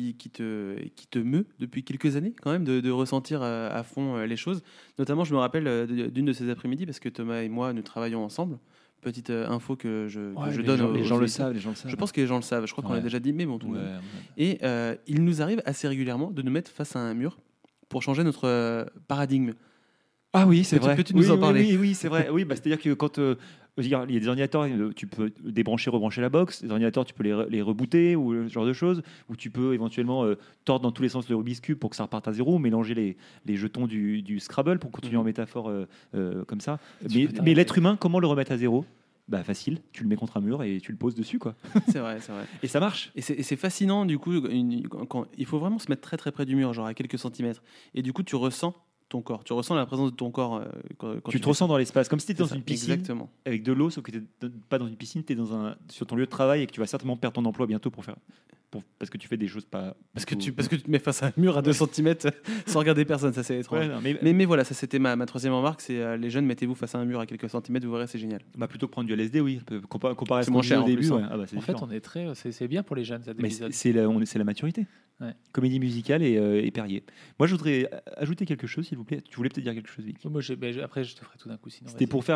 te meut depuis quelques années, quand même, de ressentir à fond les choses. Notamment, je me rappelle d'une de ces après-midi, parce que Thomas et moi, nous travaillons ensemble. Petite info que je donne aux les gens le auditeurs. savent. Je pense que les gens le savent. Je crois qu'on l'a déjà dit, mais bon, tout le monde. Ouais. Et il nous arrive assez régulièrement de nous mettre face à un mur pour changer notre paradigme. Ah oui, c'est vrai. Peux-tu nous en parler? Oui, c'est vrai. Oui, c'est-à-dire que quand il y a des ordinateurs, tu peux débrancher, rebrancher la box. Les ordinateurs, tu peux les rebooter ou ce genre de choses. Ou tu peux éventuellement tordre dans tous les sens le Rubik's Cube pour que ça reparte à zéro, ou mélanger les jetons du Scrabble pour continuer en métaphore comme ça. Mais l'être humain, comment le remettre à zéro? Bah facile, tu le mets contre un mur et tu le poses dessus, quoi. C'est vrai. Et ça marche. Et c'est fascinant, du coup, quand il faut vraiment se mettre très très près du mur, genre à quelques centimètres. Et du coup, tu ressens ton corps, tu ressens la présence de ton corps quand tu te ressens dans l'espace, comme si tu étais dans une piscine. Exactement. Avec de l'eau, sauf que tu n'es pas dans une piscine, tu es sur ton lieu de travail et que tu vas certainement perdre ton emploi bientôt parce que tu fais des choses pas. Parce que tu te mets face à un mur à 2 cm sans regarder personne, ça c'est étrange. Ouais, non, mais voilà, ça c'était ma troisième remarque, c'est les jeunes, mettez-vous face à un mur à quelques centimètres, vous verrez, c'est génial. Bah plutôt que prendre du LSD, oui. Comparé à ce moins qu'on disait cher au en début. plus, Ouais. hein. Ah bah, c'est En fait, différent. on est c'est bien pour les jeunes, cet Mais épisode. c'est la maturité. Ouais. Comédie musicale et Perrier. Moi, je voudrais ajouter quelque chose, s'il vous plaît. Tu voulais peut-être dire quelque chose, Vic? Moi, après, je te ferai tout d'un coup. Sinon, C'était pour faire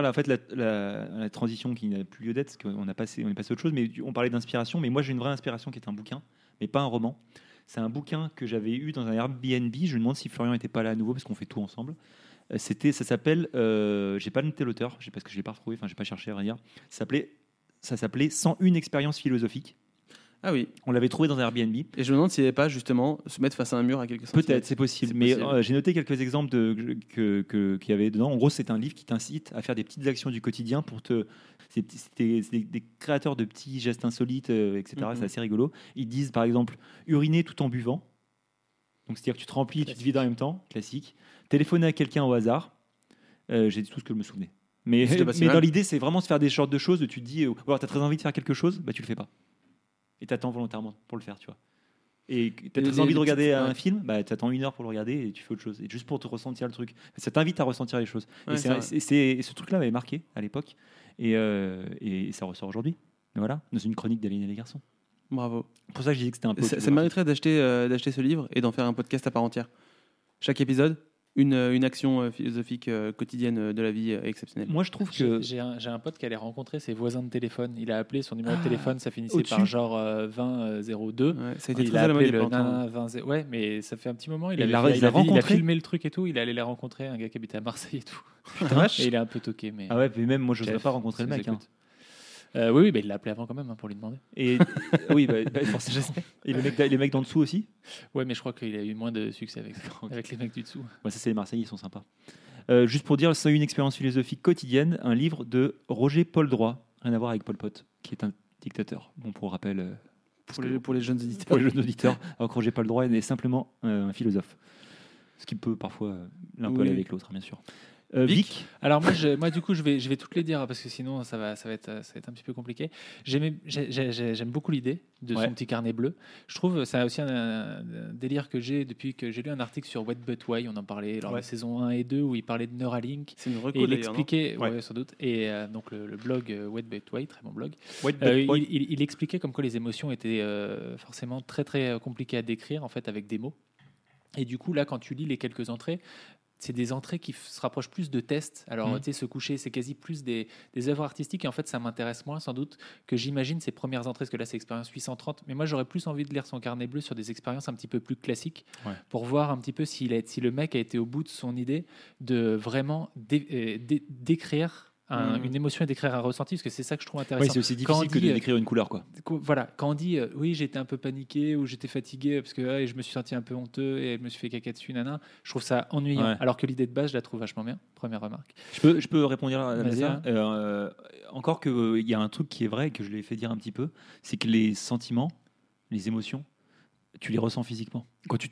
la transition qui n'a plus lieu d'être, parce qu'on est passé à autre chose, mais on parlait d'inspiration. Mais moi, j'ai une vraie inspiration qui est un bouquin, mais pas un roman. C'est un bouquin que j'avais eu dans un Airbnb. Je me demande si Florian n'était pas là à nouveau, parce qu'on fait tout ensemble. Ça s'appelle, j'ai pas noté l'auteur, parce que je l'ai pas retrouvé, j'ai pas cherché à vrai dire. Ça s'appelait 101 expériences philosophiques. Ah oui. On l'avait trouvé dans un Airbnb. Et je me demande s'il n'y avait pas justement se mettre face à un mur à quelques centimètres. Peut-être, c'est possible. Mais j'ai noté quelques exemples qu'il y avait dedans. En gros, c'est un livre qui t'incite à faire des petites actions du quotidien c'est des créateurs de petits gestes insolites, etc. Mm-hmm. C'est assez rigolo. Ils disent, par exemple, uriner tout en buvant. Donc, c'est-à-dire que tu te remplis et tu te vides en même temps. Classique. Téléphoner à quelqu'un au hasard. J'ai dit tout ce que je me souvenais. Mais dans l'idée, c'est vraiment se faire des sortes de choses où tu te dis, ou alors tu as très envie de faire quelque chose, bah, tu le fais pas. Et t'attends volontairement pour le faire, tu vois. Et t'as très envie de regarder un film, bah t'attends 1 heure pour le regarder et tu fais autre chose. Et juste pour te ressentir le truc. Ça t'invite à ressentir les choses. Ouais, et ce truc-là m'avait marqué à l'époque. Et ça ressort aujourd'hui. Voilà, dans une chronique d'Aline et les garçons. Bravo. C'est pour ça que je disais que c'était un peu. Ça mériterait d'acheter ce livre et d'en faire un podcast à part entière. Chaque épisode, une action philosophique quotidienne de la vie exceptionnelle. Moi, je trouve que. J'ai un pote qui allait rencontrer ses voisins de téléphone. Il a appelé son numéro de téléphone, ça finissait au-dessus. par genre 2002. Ouais, ça a été Il très a à la mode appelé il y a le pas longtemps. 20. Ouais, mais ça fait un petit moment. Il Il a rencontré filmé le truc et tout. Il est allé les rencontrer, un gars qui habitait à Marseille et tout. Putain, vache. Et il est un peu toqué. Mais... Ah ouais, mais même moi, je n'oserais Jeff, pas rencontrer si le vous mec. Hein. écoutez. Oui, il l'a appelé avant quand même pour lui demander. Et oui, forcément. Et les mecs d'en dessous aussi. Ouais, mais je crois qu'il a eu moins de succès avec les mecs du dessous. Ouais, ça, c'est les Marseillais, ils sont sympas. Juste pour dire, c'est une expérience philosophique quotidienne, un livre de Roger Paul Droit, rien à voir avec Pol Pot, qui est un dictateur. Bon, pour rappel, Pour les jeunes éditeurs. pour les jeunes auditeurs, alors que Roger Paul Droit est simplement un philosophe. Ce qui peut parfois l'un peut aller avec l'autre, bien sûr. Vic. Alors moi du coup je vais toutes les dire parce que sinon ça va être un petit peu compliqué. J'aime beaucoup l'idée de son petit carnet bleu. Je trouve c'est aussi un délire que j'ai depuis que j'ai lu un article sur What But Why, on en parlait lors de la saison 1 et 2 où il parlait de Neuralink. C'est une reco Et il d'ailleurs, expliquait, non ouais, sans doute, et donc le blog What But Why, très bon blog. What But Why. Il expliquait comme quoi les émotions étaient forcément très très compliquées à décrire en fait avec des mots. Et du coup là quand tu lis les quelques entrées, c'est des entrées qui se rapprochent plus de tests. Alors, tu sais, se coucher, c'est quasi plus des œuvres artistiques. Et en fait, ça m'intéresse moins, sans doute, que j'imagine ces premières entrées, parce que là, c'est expérience 830. Mais moi, j'aurais plus envie de lire son carnet bleu sur des expériences un petit peu plus classiques, pour voir un petit peu si le mec a été au bout de son idée de vraiment décrire une émotion et d'écrire un ressenti, parce que c'est ça que je trouve intéressant. Oui, c'est aussi difficile que de décrire une couleur, quoi. Voilà, quand on dit oui, j'étais un peu paniqué ou j'étais fatigué parce que je me suis senti un peu honteux et je me suis fait caca dessus, je trouve ça ennuyant. Ouais. Alors que l'idée de base, je la trouve vachement bien. Première remarque. Je peux répondre à Vas-y, ça. Encore qu'il y a un truc qui est vrai et que je l'ai fait dire un petit peu, c'est que les sentiments, les émotions, tu les ressens physiquement.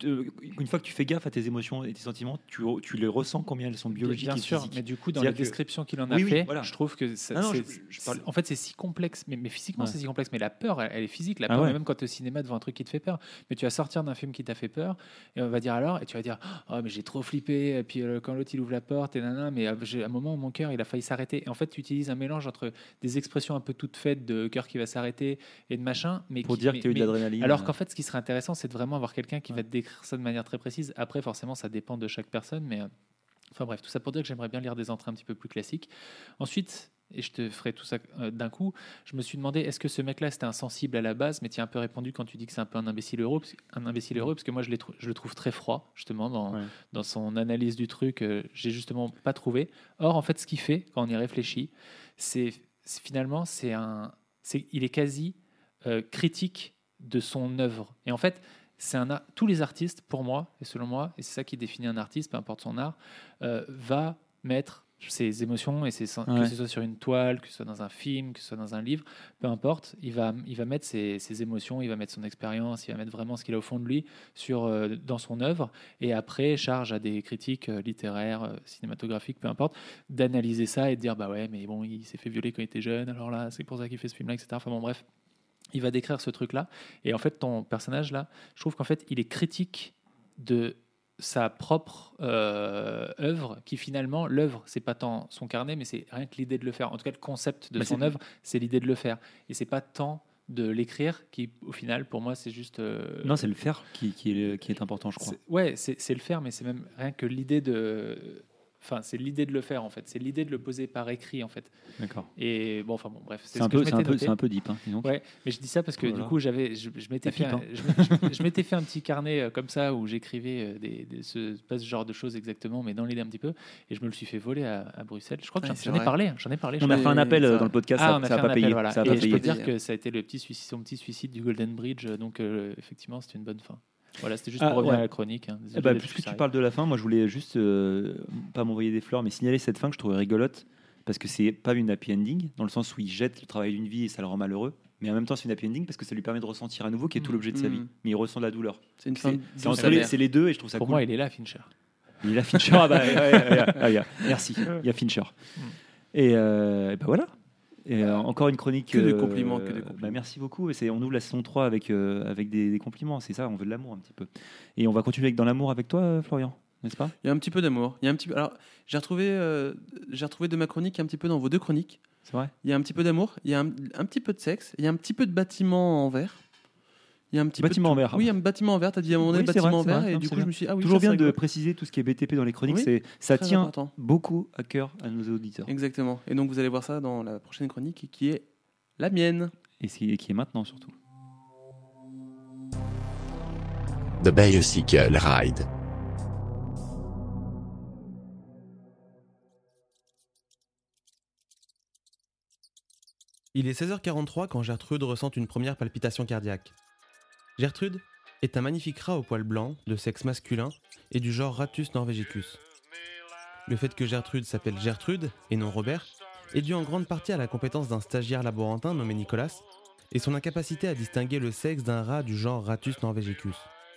Une fois que tu fais gaffe à tes émotions et tes sentiments, tu les ressens combien elles sont biologiques bien et sûr, physiques. mais du coup, dans la description qu'il en a fait, je trouve que en fait, c'est si complexe. Mais physiquement, c'est si complexe. Mais la peur, elle est physique. La peur, même quand tu es au cinéma devant un truc qui te fait peur. Mais tu vas sortir d'un film qui t'a fait peur et on va dire alors, et tu vas dire oh, mais j'ai trop flippé. Et puis quand l'autre il ouvre la porte, mais à un moment, mon cœur, il a failli s'arrêter. Et en fait, tu utilises un mélange entre des expressions un peu toutes faites de cœur qui va s'arrêter et de machin. Mais pour dire que tu as eu de l'adrénaline. Alors qu'en fait, ce qui serait intéressant, c'est de vraiment avoir quelqu'un qui va te décrire ça de manière très précise. Après, forcément, ça dépend de chaque personne, mais enfin bref, tout ça pour dire que j'aimerais bien lire des entrées un petit peu plus classiques. Ensuite, et je te ferai tout ça d'un coup, je me suis demandé, est-ce que ce mec-là, c'était insensible à la base, mais tu as un peu répondu quand tu dis que c'est un peu un imbécile heureux, parce que moi, je le trouve très froid, justement, dans son analyse du truc, j'ai justement pas trouvé. Or, en fait, ce qu'il fait, quand on y réfléchit, finalement, il est quasi critique de son œuvre. Et en fait, tous les artistes, pour moi, et selon moi, et c'est ça qui définit un artiste, peu importe son art, va mettre ses émotions, que ce soit sur une toile, que ce soit dans un film, que ce soit dans un livre, peu importe, il va mettre ses émotions, il va mettre son expérience, il va mettre vraiment ce qu'il a au fond de lui dans son œuvre, et après, charge à des critiques littéraires, cinématographiques, peu importe, d'analyser ça et de dire, bah ouais, mais bon, il s'est fait violer quand il était jeune, alors là, c'est pour ça qu'il fait ce film-là, etc. Enfin bon, bref. Il va décrire ce truc-là. Et en fait, ton personnage-là, je trouve qu'en fait, il est critique de sa propre œuvre, qui finalement, l'œuvre, c'est pas tant son carnet, mais c'est rien que l'idée de le faire. En tout cas, le concept de son œuvre, c'est l'idée de le faire. Et c'est pas tant de l'écrire qui, au final, pour moi, c'est juste... Non, c'est le faire qui est important, je crois. C'est le faire, mais c'est même rien que l'idée de... Enfin, c'est l'idée de le faire en fait. C'est l'idée de le poser par écrit en fait. D'accord. Et bon, enfin bon, bref. C'est un peu deep. Hein, ouais, mais je dis ça parce que du coup, je m'étais fait, je m'étais fait un petit carnet comme ça où j'écrivais pas ce genre de choses exactement, mais dans l'idée un petit peu. Et je me le suis fait voler à Bruxelles. Je crois que j'en ai parlé. On a fait un appel dans le podcast. Ça n'a pas payé. Voilà. Et je peux dire que ça a été son petit suicide du Golden Bridge. Donc effectivement, c'était une bonne fin. Voilà, c'était juste pour revenir à la chronique. Hein. Puisque tu parles de la fin, moi je voulais juste pas m'envoyer des fleurs, mais signaler cette fin que je trouvais rigolote, parce que c'est pas une happy ending, dans le sens où il jette le travail d'une vie et ça le rend malheureux, mais en même temps c'est une happy ending parce que ça lui permet de ressentir à nouveau qui est tout l'objet de sa vie, mais il ressent de la douleur. C'est une fin. C'est les deux et je trouve ça pour cool. moi, il est là, Fincher. Il est là, Fincher. Merci, il y a Fincher. Et voilà. Et encore une chronique. Que de compliments. Merci beaucoup. On ouvre la saison 3 avec des compliments. C'est ça, on veut de l'amour un petit peu. Et on va continuer avec Dans l'amour avec toi, Florian, n'est-ce pas ? Il y a un petit peu d'amour. Alors, j'ai retrouvé de ma chronique un petit peu dans vos deux chroniques. C'est vrai ? Il y a un petit peu d'amour, il y a un petit peu de sexe, il y a un petit peu de bâtiment en verre. Il y a un petit Bâtiment peu en de tout. verre. Oui, un bâtiment en verre. Tu as dit à un moment donné Oui, c'est bâtiment en vrai, c'est verre. vrai. Et Non, du c'est coup, je bien. me suis dit, ah oui, Toujours ça, bien c'est de rigolo. préciser tout ce qui est BTP dans les chroniques. Oui, Ça très tient important. beaucoup à cœur à nos auditeurs. Exactement. Et donc, vous allez voir ça dans la prochaine chronique qui est la mienne. Et qui est maintenant surtout. The Bicycle Ride. Il est 16h43 quand Gertrude ressent une première palpitation cardiaque. Gertrude est un magnifique rat au poil blanc, de sexe masculin et du genre Rattus norvegicus. Le fait que Gertrude s'appelle Gertrude et non Robert est dû en grande partie à la compétence d'un stagiaire laborantin nommé Nicolas et son incapacité à distinguer le sexe d'un rat du genre Rattus norvegicus.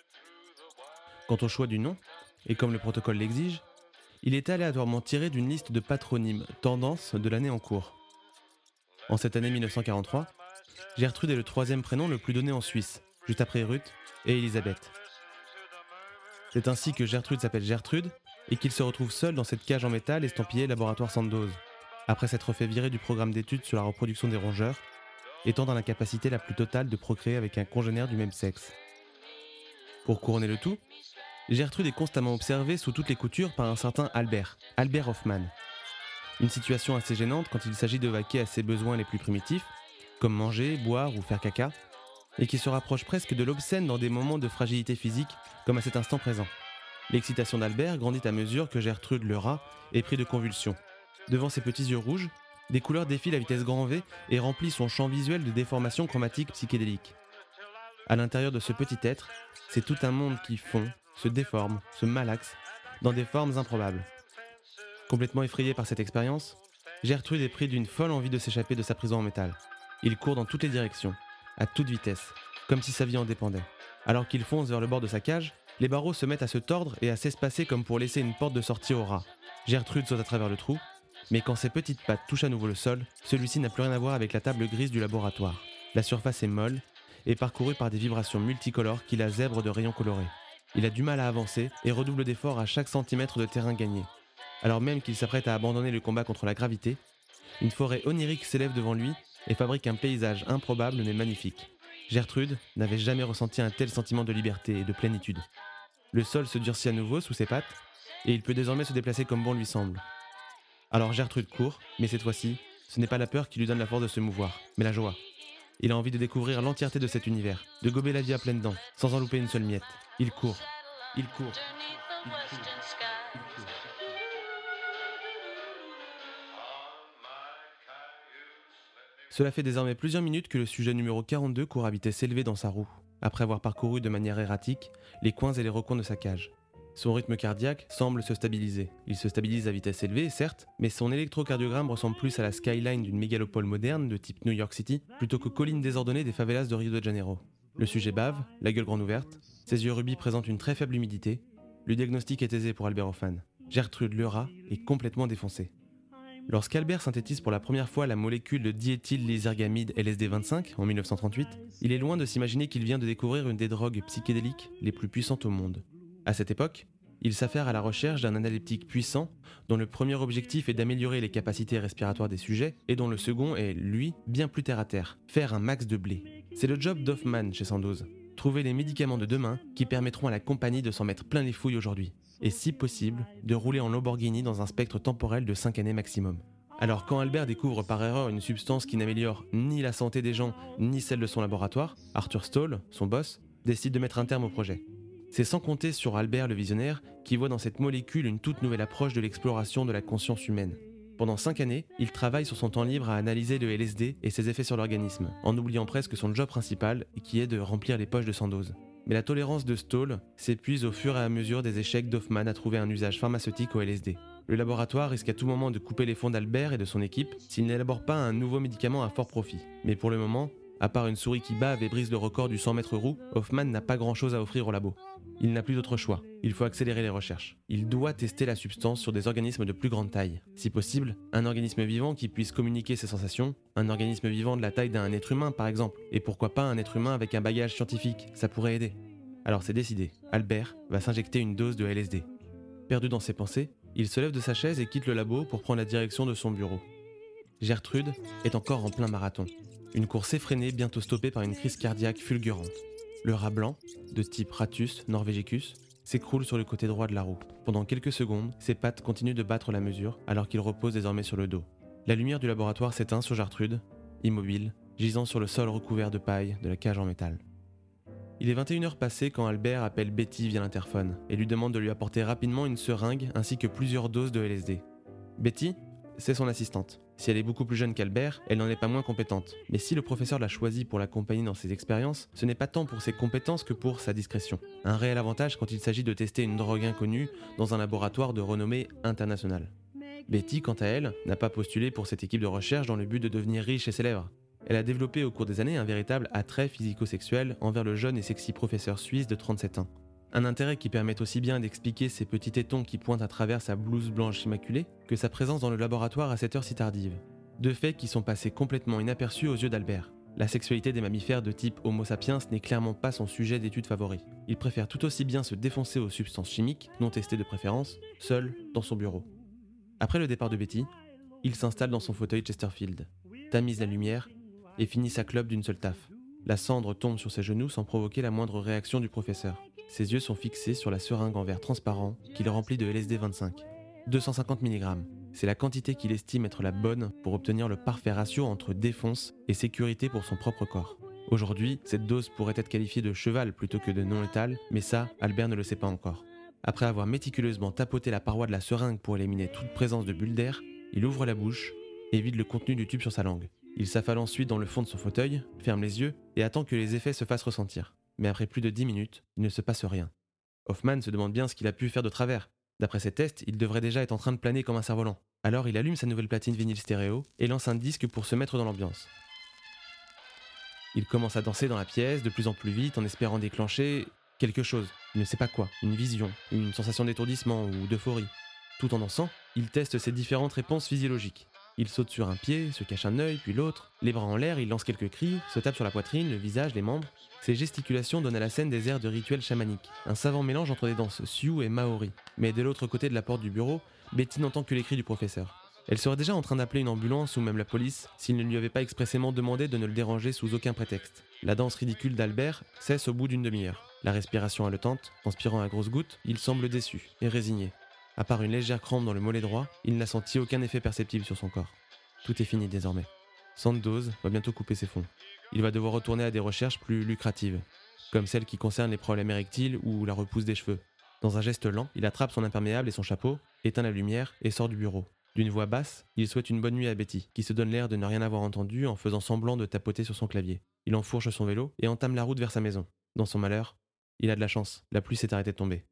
Quant au choix du nom, et comme le protocole l'exige, il est aléatoirement tiré d'une liste de patronymes tendance de l'année en cours. En cette année 1943, Gertrude est le troisième prénom le plus donné en Suisse, juste après Ruth et Elisabeth. C'est ainsi que Gertrude s'appelle Gertrude et qu'il se retrouve seul dans cette cage en métal estampillée Laboratoire Sandoz, après s'être fait virer du programme d'études sur la reproduction des rongeurs, étant dans l'incapacité la plus totale de procréer avec un congénère du même sexe. Pour couronner le tout, Gertrude est constamment observée sous toutes les coutures par un certain Albert Hoffmann. Une situation assez gênante quand il s'agit de vaquer à ses besoins les plus primitifs, comme manger, boire ou faire caca, et qui se rapproche presque de l'obscène dans des moments de fragilité physique, comme à cet instant présent. L'excitation d'Albert grandit à mesure que Gertrude le rat est pris de convulsions. Devant ses petits yeux rouges, des couleurs défilent à vitesse grand V et remplissent son champ visuel de déformations chromatiques psychédéliques. À l'intérieur de ce petit être, c'est tout un monde qui fond, se déforme, se malaxe, dans des formes improbables. Complètement effrayé par cette expérience, Gertrude est pris d'une folle envie de s'échapper de sa prison en métal. Il court dans toutes les directions, à toute vitesse, comme si sa vie en dépendait. Alors qu'il fonce vers le bord de sa cage, les barreaux se mettent à se tordre et à s'espacer comme pour laisser une porte de sortie au rat. Gertrude saute à travers le trou, mais quand ses petites pattes touchent à nouveau le sol, celui-ci n'a plus rien à voir avec la table grise du laboratoire. La surface est molle et parcourue par des vibrations multicolores qui la zèbrent de rayons colorés. Il a du mal à avancer et redouble d'efforts à chaque centimètre de terrain gagné. Alors même qu'il s'apprête à abandonner le combat contre la gravité, une forêt onirique s'élève devant lui et fabrique un paysage improbable mais magnifique. Gertrude n'avait jamais ressenti un tel sentiment de liberté et de plénitude. Le sol se durcit à nouveau sous ses pattes et il peut désormais se déplacer comme bon lui semble. Alors Gertrude court, mais cette fois-ci, ce n'est pas la peur qui lui donne la force de se mouvoir, mais la joie. Il a envie de découvrir l'entièreté de cet univers, de gober la vie à pleines dents, sans en louper une seule miette. Il court, il court, il court, il court. Cela fait désormais plusieurs minutes que le sujet numéro 42 court à vitesse élevée dans sa roue, après avoir parcouru de manière erratique les coins et les recoins de sa cage. Son rythme cardiaque semble se stabiliser. Il se stabilise à vitesse élevée, certes, mais son électrocardiogramme ressemble plus à la skyline d'une mégalopole moderne de type New York City, plutôt qu'aux collines désordonnées des favelas de Rio de Janeiro. Le sujet bave, la gueule grande ouverte, ses yeux rubis présentent une très faible humidité. Le diagnostic est aisé pour Albert Hoffmann. Gertrude le rat est complètement défoncée. Lorsqu'Albert synthétise pour la première fois la molécule de diéthyllysergamide LSD-25 en 1938, il est loin de s'imaginer qu'il vient de découvrir une des drogues psychédéliques les plus puissantes au monde. À cette époque, il s'affaire à la recherche d'un analeptique puissant dont le premier objectif est d'améliorer les capacités respiratoires des sujets et dont le second est, lui, bien plus terre-à-terre, faire un max de blé. C'est le job d'Hoffmann chez Sandoz. Trouver les médicaments de demain qui permettront à la compagnie de s'en mettre plein les fouilles aujourd'hui. Et si possible, de rouler en Lamborghini dans un spectre temporel de 5 années maximum. Alors quand Albert découvre par erreur une substance qui n'améliore ni la santé des gens ni celle de son laboratoire, Arthur Stoll, son boss, décide de mettre un terme au projet. C'est sans compter sur Albert le visionnaire qui voit dans cette molécule une toute nouvelle approche de l'exploration de la conscience humaine. Pendant 5 années, il travaille sur son temps libre à analyser le LSD et ses effets sur l'organisme, en oubliant presque son job principal qui est de remplir les poches de Sandoz. Mais la tolérance de Stoll s'épuise au fur et à mesure des échecs d'Hoffmann à trouver un usage pharmaceutique au LSD. Le laboratoire risque à tout moment de couper les fonds d'Albert et de son équipe s'il n'élabore pas un nouveau médicament à fort profit. Mais pour le moment, à part une souris qui bave et brise le record du 100 mètres roue, Hoffmann n'a pas grand-chose à offrir au labo. Il n'a plus d'autre choix. Il faut accélérer les recherches. Il doit tester la substance sur des organismes de plus grande taille. Si possible, un organisme vivant qui puisse communiquer ses sensations, un organisme vivant de la taille d'un être humain par exemple, et pourquoi pas un être humain avec un bagage scientifique, ça pourrait aider. Alors c'est décidé, Albert va s'injecter une dose de LSD. Perdu dans ses pensées, il se lève de sa chaise et quitte le labo pour prendre la direction de son bureau. Gertrude est encore en plein marathon. Une course effrénée bientôt stoppée par une crise cardiaque fulgurante. Le rat blanc, de type Ratus norvegicus, s'écroule sur le côté droit de la roue. Pendant quelques secondes, ses pattes continuent de battre la mesure alors qu'il repose désormais sur le dos. La lumière du laboratoire s'éteint sur Gertrude, immobile, gisant sur le sol recouvert de paille de la cage en métal. Il est 21h passées quand Albert appelle Betty via l'interphone et lui demande de lui apporter rapidement une seringue ainsi que plusieurs doses de LSD. Betty, c'est son assistante. Si elle est beaucoup plus jeune qu'Albert, elle n'en est pas moins compétente. Mais si le professeur l'a choisie pour l'accompagner dans ses expériences, ce n'est pas tant pour ses compétences que pour sa discrétion. Un réel avantage quand il s'agit de tester une drogue inconnue dans un laboratoire de renommée internationale. Betty, quant à elle, n'a pas postulé pour cette équipe de recherche dans le but de devenir riche et célèbre. Elle a développé au cours des années un véritable attrait physico-sexuel envers le jeune et sexy professeur suisse de 37 ans. Un intérêt qui permet aussi bien d'expliquer ses petits tétons qui pointent à travers sa blouse blanche immaculée que sa présence dans le laboratoire à cette heure si tardive. Deux faits qui sont passés complètement inaperçus aux yeux d'Albert. La sexualité des mammifères de type Homo sapiens n'est clairement pas son sujet d'étude favori. Il préfère tout aussi bien se défoncer aux substances chimiques, non testées de préférence, seul, dans son bureau. Après le départ de Betty, il s'installe dans son fauteuil Chesterfield, tamise la lumière et finit sa clope d'une seule taffe. La cendre tombe sur ses genoux sans provoquer la moindre réaction du professeur. Ses yeux sont fixés sur la seringue en verre transparent qu'il remplit de LSD 25. 250 mg. C'est la quantité qu'il estime être la bonne pour obtenir le parfait ratio entre défonce et sécurité pour son propre corps. Aujourd'hui, cette dose pourrait être qualifiée de cheval plutôt que de non létale, mais ça, Albert ne le sait pas encore. Après avoir méticuleusement tapoté la paroi de la seringue pour éliminer toute présence de bulles d'air, il ouvre la bouche et vide le contenu du tube sur sa langue. Il s'affale ensuite dans le fond de son fauteuil, ferme les yeux et attend que les effets se fassent ressentir. Mais après plus de 10 minutes, il ne se passe rien. Hoffman se demande bien ce qu'il a pu faire de travers. D'après ses tests, il devrait déjà être en train de planer comme un cerf-volant. Alors il allume sa nouvelle platine vinyle stéréo et lance un disque pour se mettre dans l'ambiance. Il commence à danser dans la pièce, de plus en plus vite, en espérant déclencher quelque chose. Il ne sait pas quoi, une vision, une sensation d'étourdissement ou d'euphorie. Tout en dansant, il teste ses différentes réponses physiologiques. Il saute sur un pied, se cache un œil, puis l'autre. Les bras en l'air, il lance quelques cris, se tape sur la poitrine, le visage, les membres. Ses gesticulations donnent à la scène des airs de rituel chamanique. Un savant mélange entre des danses sioux et maori. Mais de l'autre côté de la porte du bureau, Betty n'entend que les cris du professeur. Elle serait déjà en train d'appeler une ambulance ou même la police s'il ne lui avait pas expressément demandé de ne le déranger sous aucun prétexte. La danse ridicule d'Albert cesse au bout d'une demi-heure. La respiration haletante, transpirant à grosses gouttes, il semble déçu et résigné. À part une légère crampe dans le mollet droit, il n'a senti aucun effet perceptible sur son corps. Tout est fini désormais. Sandoz va bientôt couper ses fonds. Il va devoir retourner à des recherches plus lucratives, comme celles qui concernent les problèmes érectiles ou la repousse des cheveux. Dans un geste lent, il attrape son imperméable et son chapeau, éteint la lumière et sort du bureau. D'une voix basse, il souhaite une bonne nuit à Betty, qui se donne l'air de ne rien avoir entendu en faisant semblant de tapoter sur son clavier. Il enfourche son vélo et entame la route vers sa maison. Dans son malheur, il a de la chance, la pluie s'est arrêtée de tomber.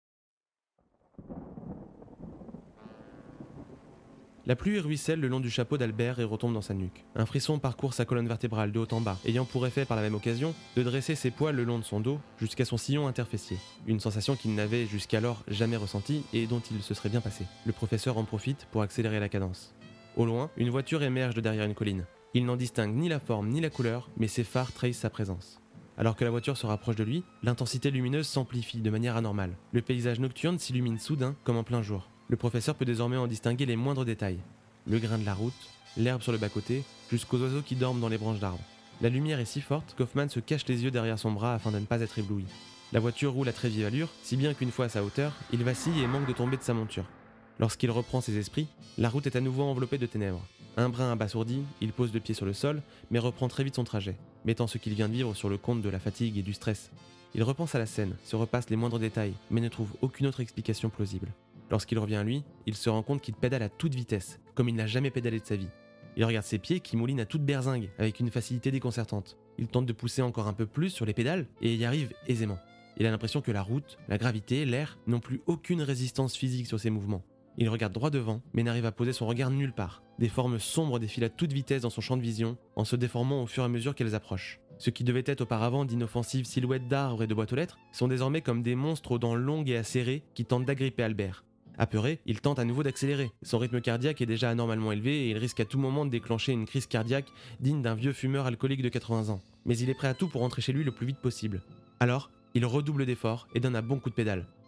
La pluie ruisselle le long du chapeau d'Albert et retombe dans sa nuque. Un frisson parcourt sa colonne vertébrale de haut en bas, ayant pour effet par la même occasion de dresser ses poils le long de son dos jusqu'à son sillon interfessier. Une sensation qu'il n'avait jusqu'alors jamais ressentie et dont il se serait bien passé. Le professeur en profite pour accélérer la cadence. Au loin, une voiture émerge de derrière une colline. Il n'en distingue ni la forme ni la couleur, mais ses phares trahissent sa présence. Alors que la voiture se rapproche de lui, l'intensité lumineuse s'amplifie de manière anormale. Le paysage nocturne s'illumine soudain comme en plein jour. Le professeur peut désormais en distinguer les moindres détails. Le grain de la route, l'herbe sur le bas-côté, jusqu'aux oiseaux qui dorment dans les branches d'arbres. La lumière est si forte qu'Hoffman se cache les yeux derrière son bras afin de ne pas être ébloui. La voiture roule à très vive allure, si bien qu'une fois à sa hauteur, il vacille et manque de tomber de sa monture. Lorsqu'il reprend ses esprits, la route est à nouveau enveloppée de ténèbres. Un brin abasourdi, il pose le pied sur le sol, mais reprend très vite son trajet, mettant ce qu'il vient de vivre sur le compte de la fatigue et du stress. Il repense à la scène, se repasse les moindres détails, mais ne trouve aucune autre explication plausible. Lorsqu'il revient à lui, il se rend compte qu'il pédale à toute vitesse, comme il n'a jamais pédalé de sa vie. Il regarde ses pieds qui moulinent à toute berzingue, avec une facilité déconcertante. Il tente de pousser encore un peu plus sur les pédales, et y arrive aisément. Il a l'impression que la route, la gravité, l'air n'ont plus aucune résistance physique sur ses mouvements. Il regarde droit devant, mais n'arrive à poser son regard nulle part. Des formes sombres défilent à toute vitesse dans son champ de vision, en se déformant au fur et à mesure qu'elles approchent. Ce qui devait être auparavant d'inoffensives silhouettes d'arbres et de boîtes aux lettres sont désormais comme des monstres aux dents longues et acérées qui tentent d'agripper Albert. Apeuré, il tente à nouveau d'accélérer. Son rythme cardiaque est déjà anormalement élevé et il risque à tout moment de déclencher une crise cardiaque digne d'un vieux fumeur alcoolique de 80 ans. Mais il est prêt à tout pour rentrer chez lui le plus vite possible. Alors, il redouble d'efforts et donne un bon coup de pédale.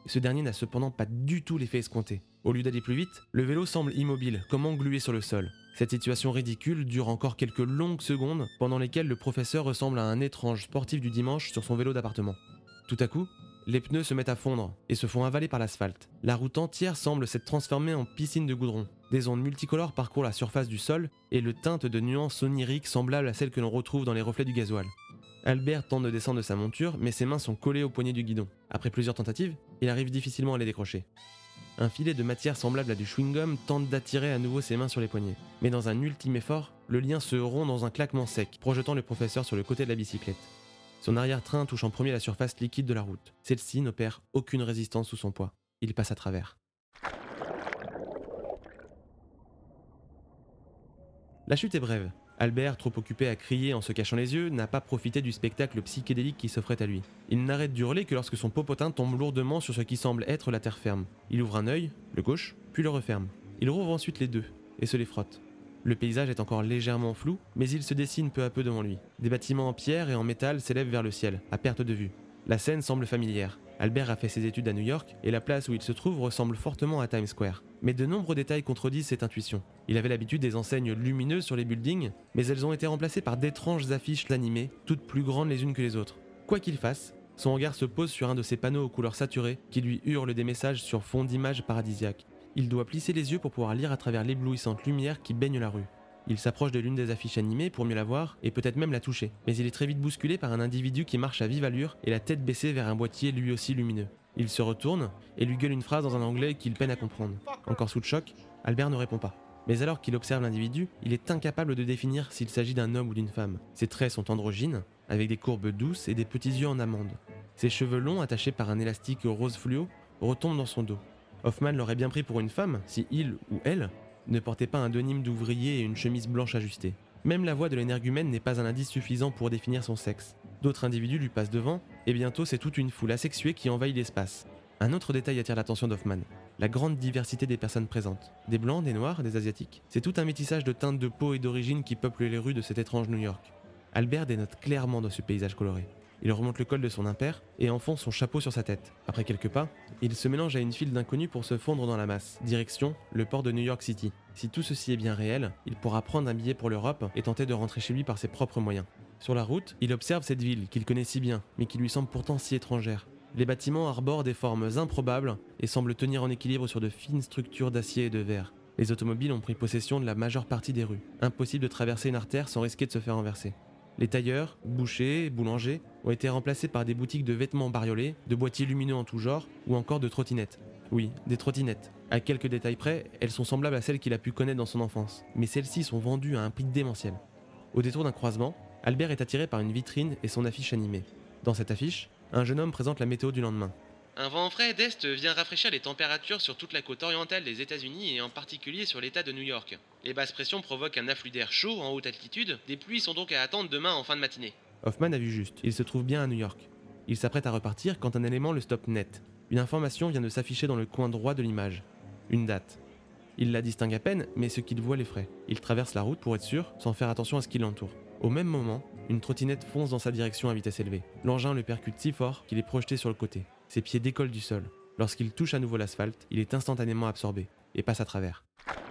Ce dernier n'a cependant pas du tout l'effet escompté. Au lieu d'aller plus vite, le vélo semble immobile, comme englué sur le sol. Cette situation ridicule dure encore quelques longues secondes, pendant lesquelles le professeur ressemble à un étrange sportif du dimanche sur son vélo d'appartement. Tout à coup, les pneus se mettent à fondre et se font avaler par l'asphalte. La route entière semble s'être transformée en piscine de goudron. Des ondes multicolores parcourent la surface du sol et le teintent de nuances oniriques semblables à celles que l'on retrouve dans les reflets du gasoil. Albert tente de descendre de sa monture, mais ses mains sont collées au poignet du guidon. Après plusieurs tentatives, il arrive difficilement à les décrocher. Un filet de matière semblable à du chewing-gum tente d'attirer à nouveau ses mains sur les poignets. Mais dans un ultime effort, le lien se rompt dans un claquement sec, projetant le professeur sur le côté de la bicyclette. Son arrière-train touche en premier la surface liquide de la route. Celle-ci n'opère aucune résistance sous son poids. Il passe à travers. La chute est brève. Albert, trop occupé à crier en se cachant les yeux, n'a pas profité du spectacle psychédélique qui s'offrait à lui. Il n'arrête d'hurler que lorsque son popotin tombe lourdement sur ce qui semble être la terre ferme. Il ouvre un œil, le gauche, puis le referme. Il rouvre ensuite les deux, et se les frotte. Le paysage est encore légèrement flou, mais il se dessine peu à peu devant lui. Des bâtiments en pierre et en métal s'élèvent vers le ciel, à perte de vue. La scène semble familière. Albert a fait ses études à New York, et la place où il se trouve ressemble fortement à Times Square. Mais de nombreux détails contredisent cette intuition. Il avait l'habitude des enseignes lumineuses sur les buildings, mais elles ont été remplacées par d'étranges affiches animées, toutes plus grandes les unes que les autres. Quoi qu'il fasse, son regard se pose sur un de ces panneaux aux couleurs saturées qui lui hurlent des messages sur fond d'images paradisiaques. Il doit plisser les yeux pour pouvoir lire à travers l'éblouissante lumière qui baigne la rue. Il s'approche de l'une des affiches animées pour mieux la voir et peut-être même la toucher. Mais il est très vite bousculé par un individu qui marche à vive allure et la tête baissée vers un boîtier lui aussi lumineux. Il se retourne et lui gueule une phrase dans un anglais qu'il peine à comprendre. Encore sous le choc, Albert ne répond pas. Mais alors qu'il observe l'individu, il est incapable de définir s'il s'agit d'un homme ou d'une femme. Ses traits sont androgynes, avec des courbes douces et des petits yeux en amande. Ses cheveux longs, attachés par un élastique rose fluo, retombent dans son dos. Hoffman l'aurait bien pris pour une femme si il ou elle ne portait pas un denim d'ouvrier et une chemise blanche ajustée. Même la voix de l'énergumène n'est pas un indice suffisant pour définir son sexe. D'autres individus lui passent devant, et bientôt c'est toute une foule asexuée qui envahit l'espace. Un autre détail attire l'attention d'Hoffman, la grande diversité des personnes présentes. Des blancs, des noirs, des asiatiques. C'est tout un métissage de teintes de peau et d'origine qui peuple les rues de cet étrange New York. Albert dénote clairement dans ce paysage coloré. Il remonte le col de son impair et enfonce son chapeau sur sa tête. Après quelques pas, il se mélange à une file d'inconnus pour se fondre dans la masse. Direction, le port de New York City. Si tout ceci est bien réel, il pourra prendre un billet pour l'Europe et tenter de rentrer chez lui par ses propres moyens. Sur la route, il observe cette ville qu'il connaît si bien, mais qui lui semble pourtant si étrangère. Les bâtiments arborent des formes improbables et semblent tenir en équilibre sur de fines structures d'acier et de verre. Les automobiles ont pris possession de la majeure partie des rues. Impossible de traverser une artère sans risquer de se faire renverser. Les tailleurs, bouchers, boulangers ont été remplacés par des boutiques de vêtements bariolés, de boîtiers lumineux en tout genre ou encore de trottinettes. Oui, des trottinettes. À quelques détails près, elles sont semblables à celles qu'il a pu connaître dans son enfance. Mais celles-ci sont vendues à un prix démentiel. Au détour d'un croisement, Albert est attiré par une vitrine et son affiche animée. Dans cette affiche, un jeune homme présente la météo du lendemain. Un vent frais d'Est vient rafraîchir les températures sur toute la côte orientale des États-Unis et en particulier sur l'État de New York. Les basses pressions provoquent un afflux d'air chaud en haute altitude, des pluies sont donc à attendre demain en fin de matinée. Hoffman a vu juste, il se trouve bien à New York. Il s'apprête à repartir quand un élément le stoppe net. Une information vient de s'afficher dans le coin droit de l'image. Une date. Il la distingue à peine, mais ce qu'il voit l'effraie. Il traverse la route pour être sûr, sans faire attention à ce qui l'entoure. Au même moment, une trottinette fonce dans sa direction à vitesse élevée. L'engin le percute si fort qu'il est projeté sur le côté. Ses pieds décollent du sol. Lorsqu'il touche à nouveau l'asphalte, il est instantanément absorbé et passe à travers.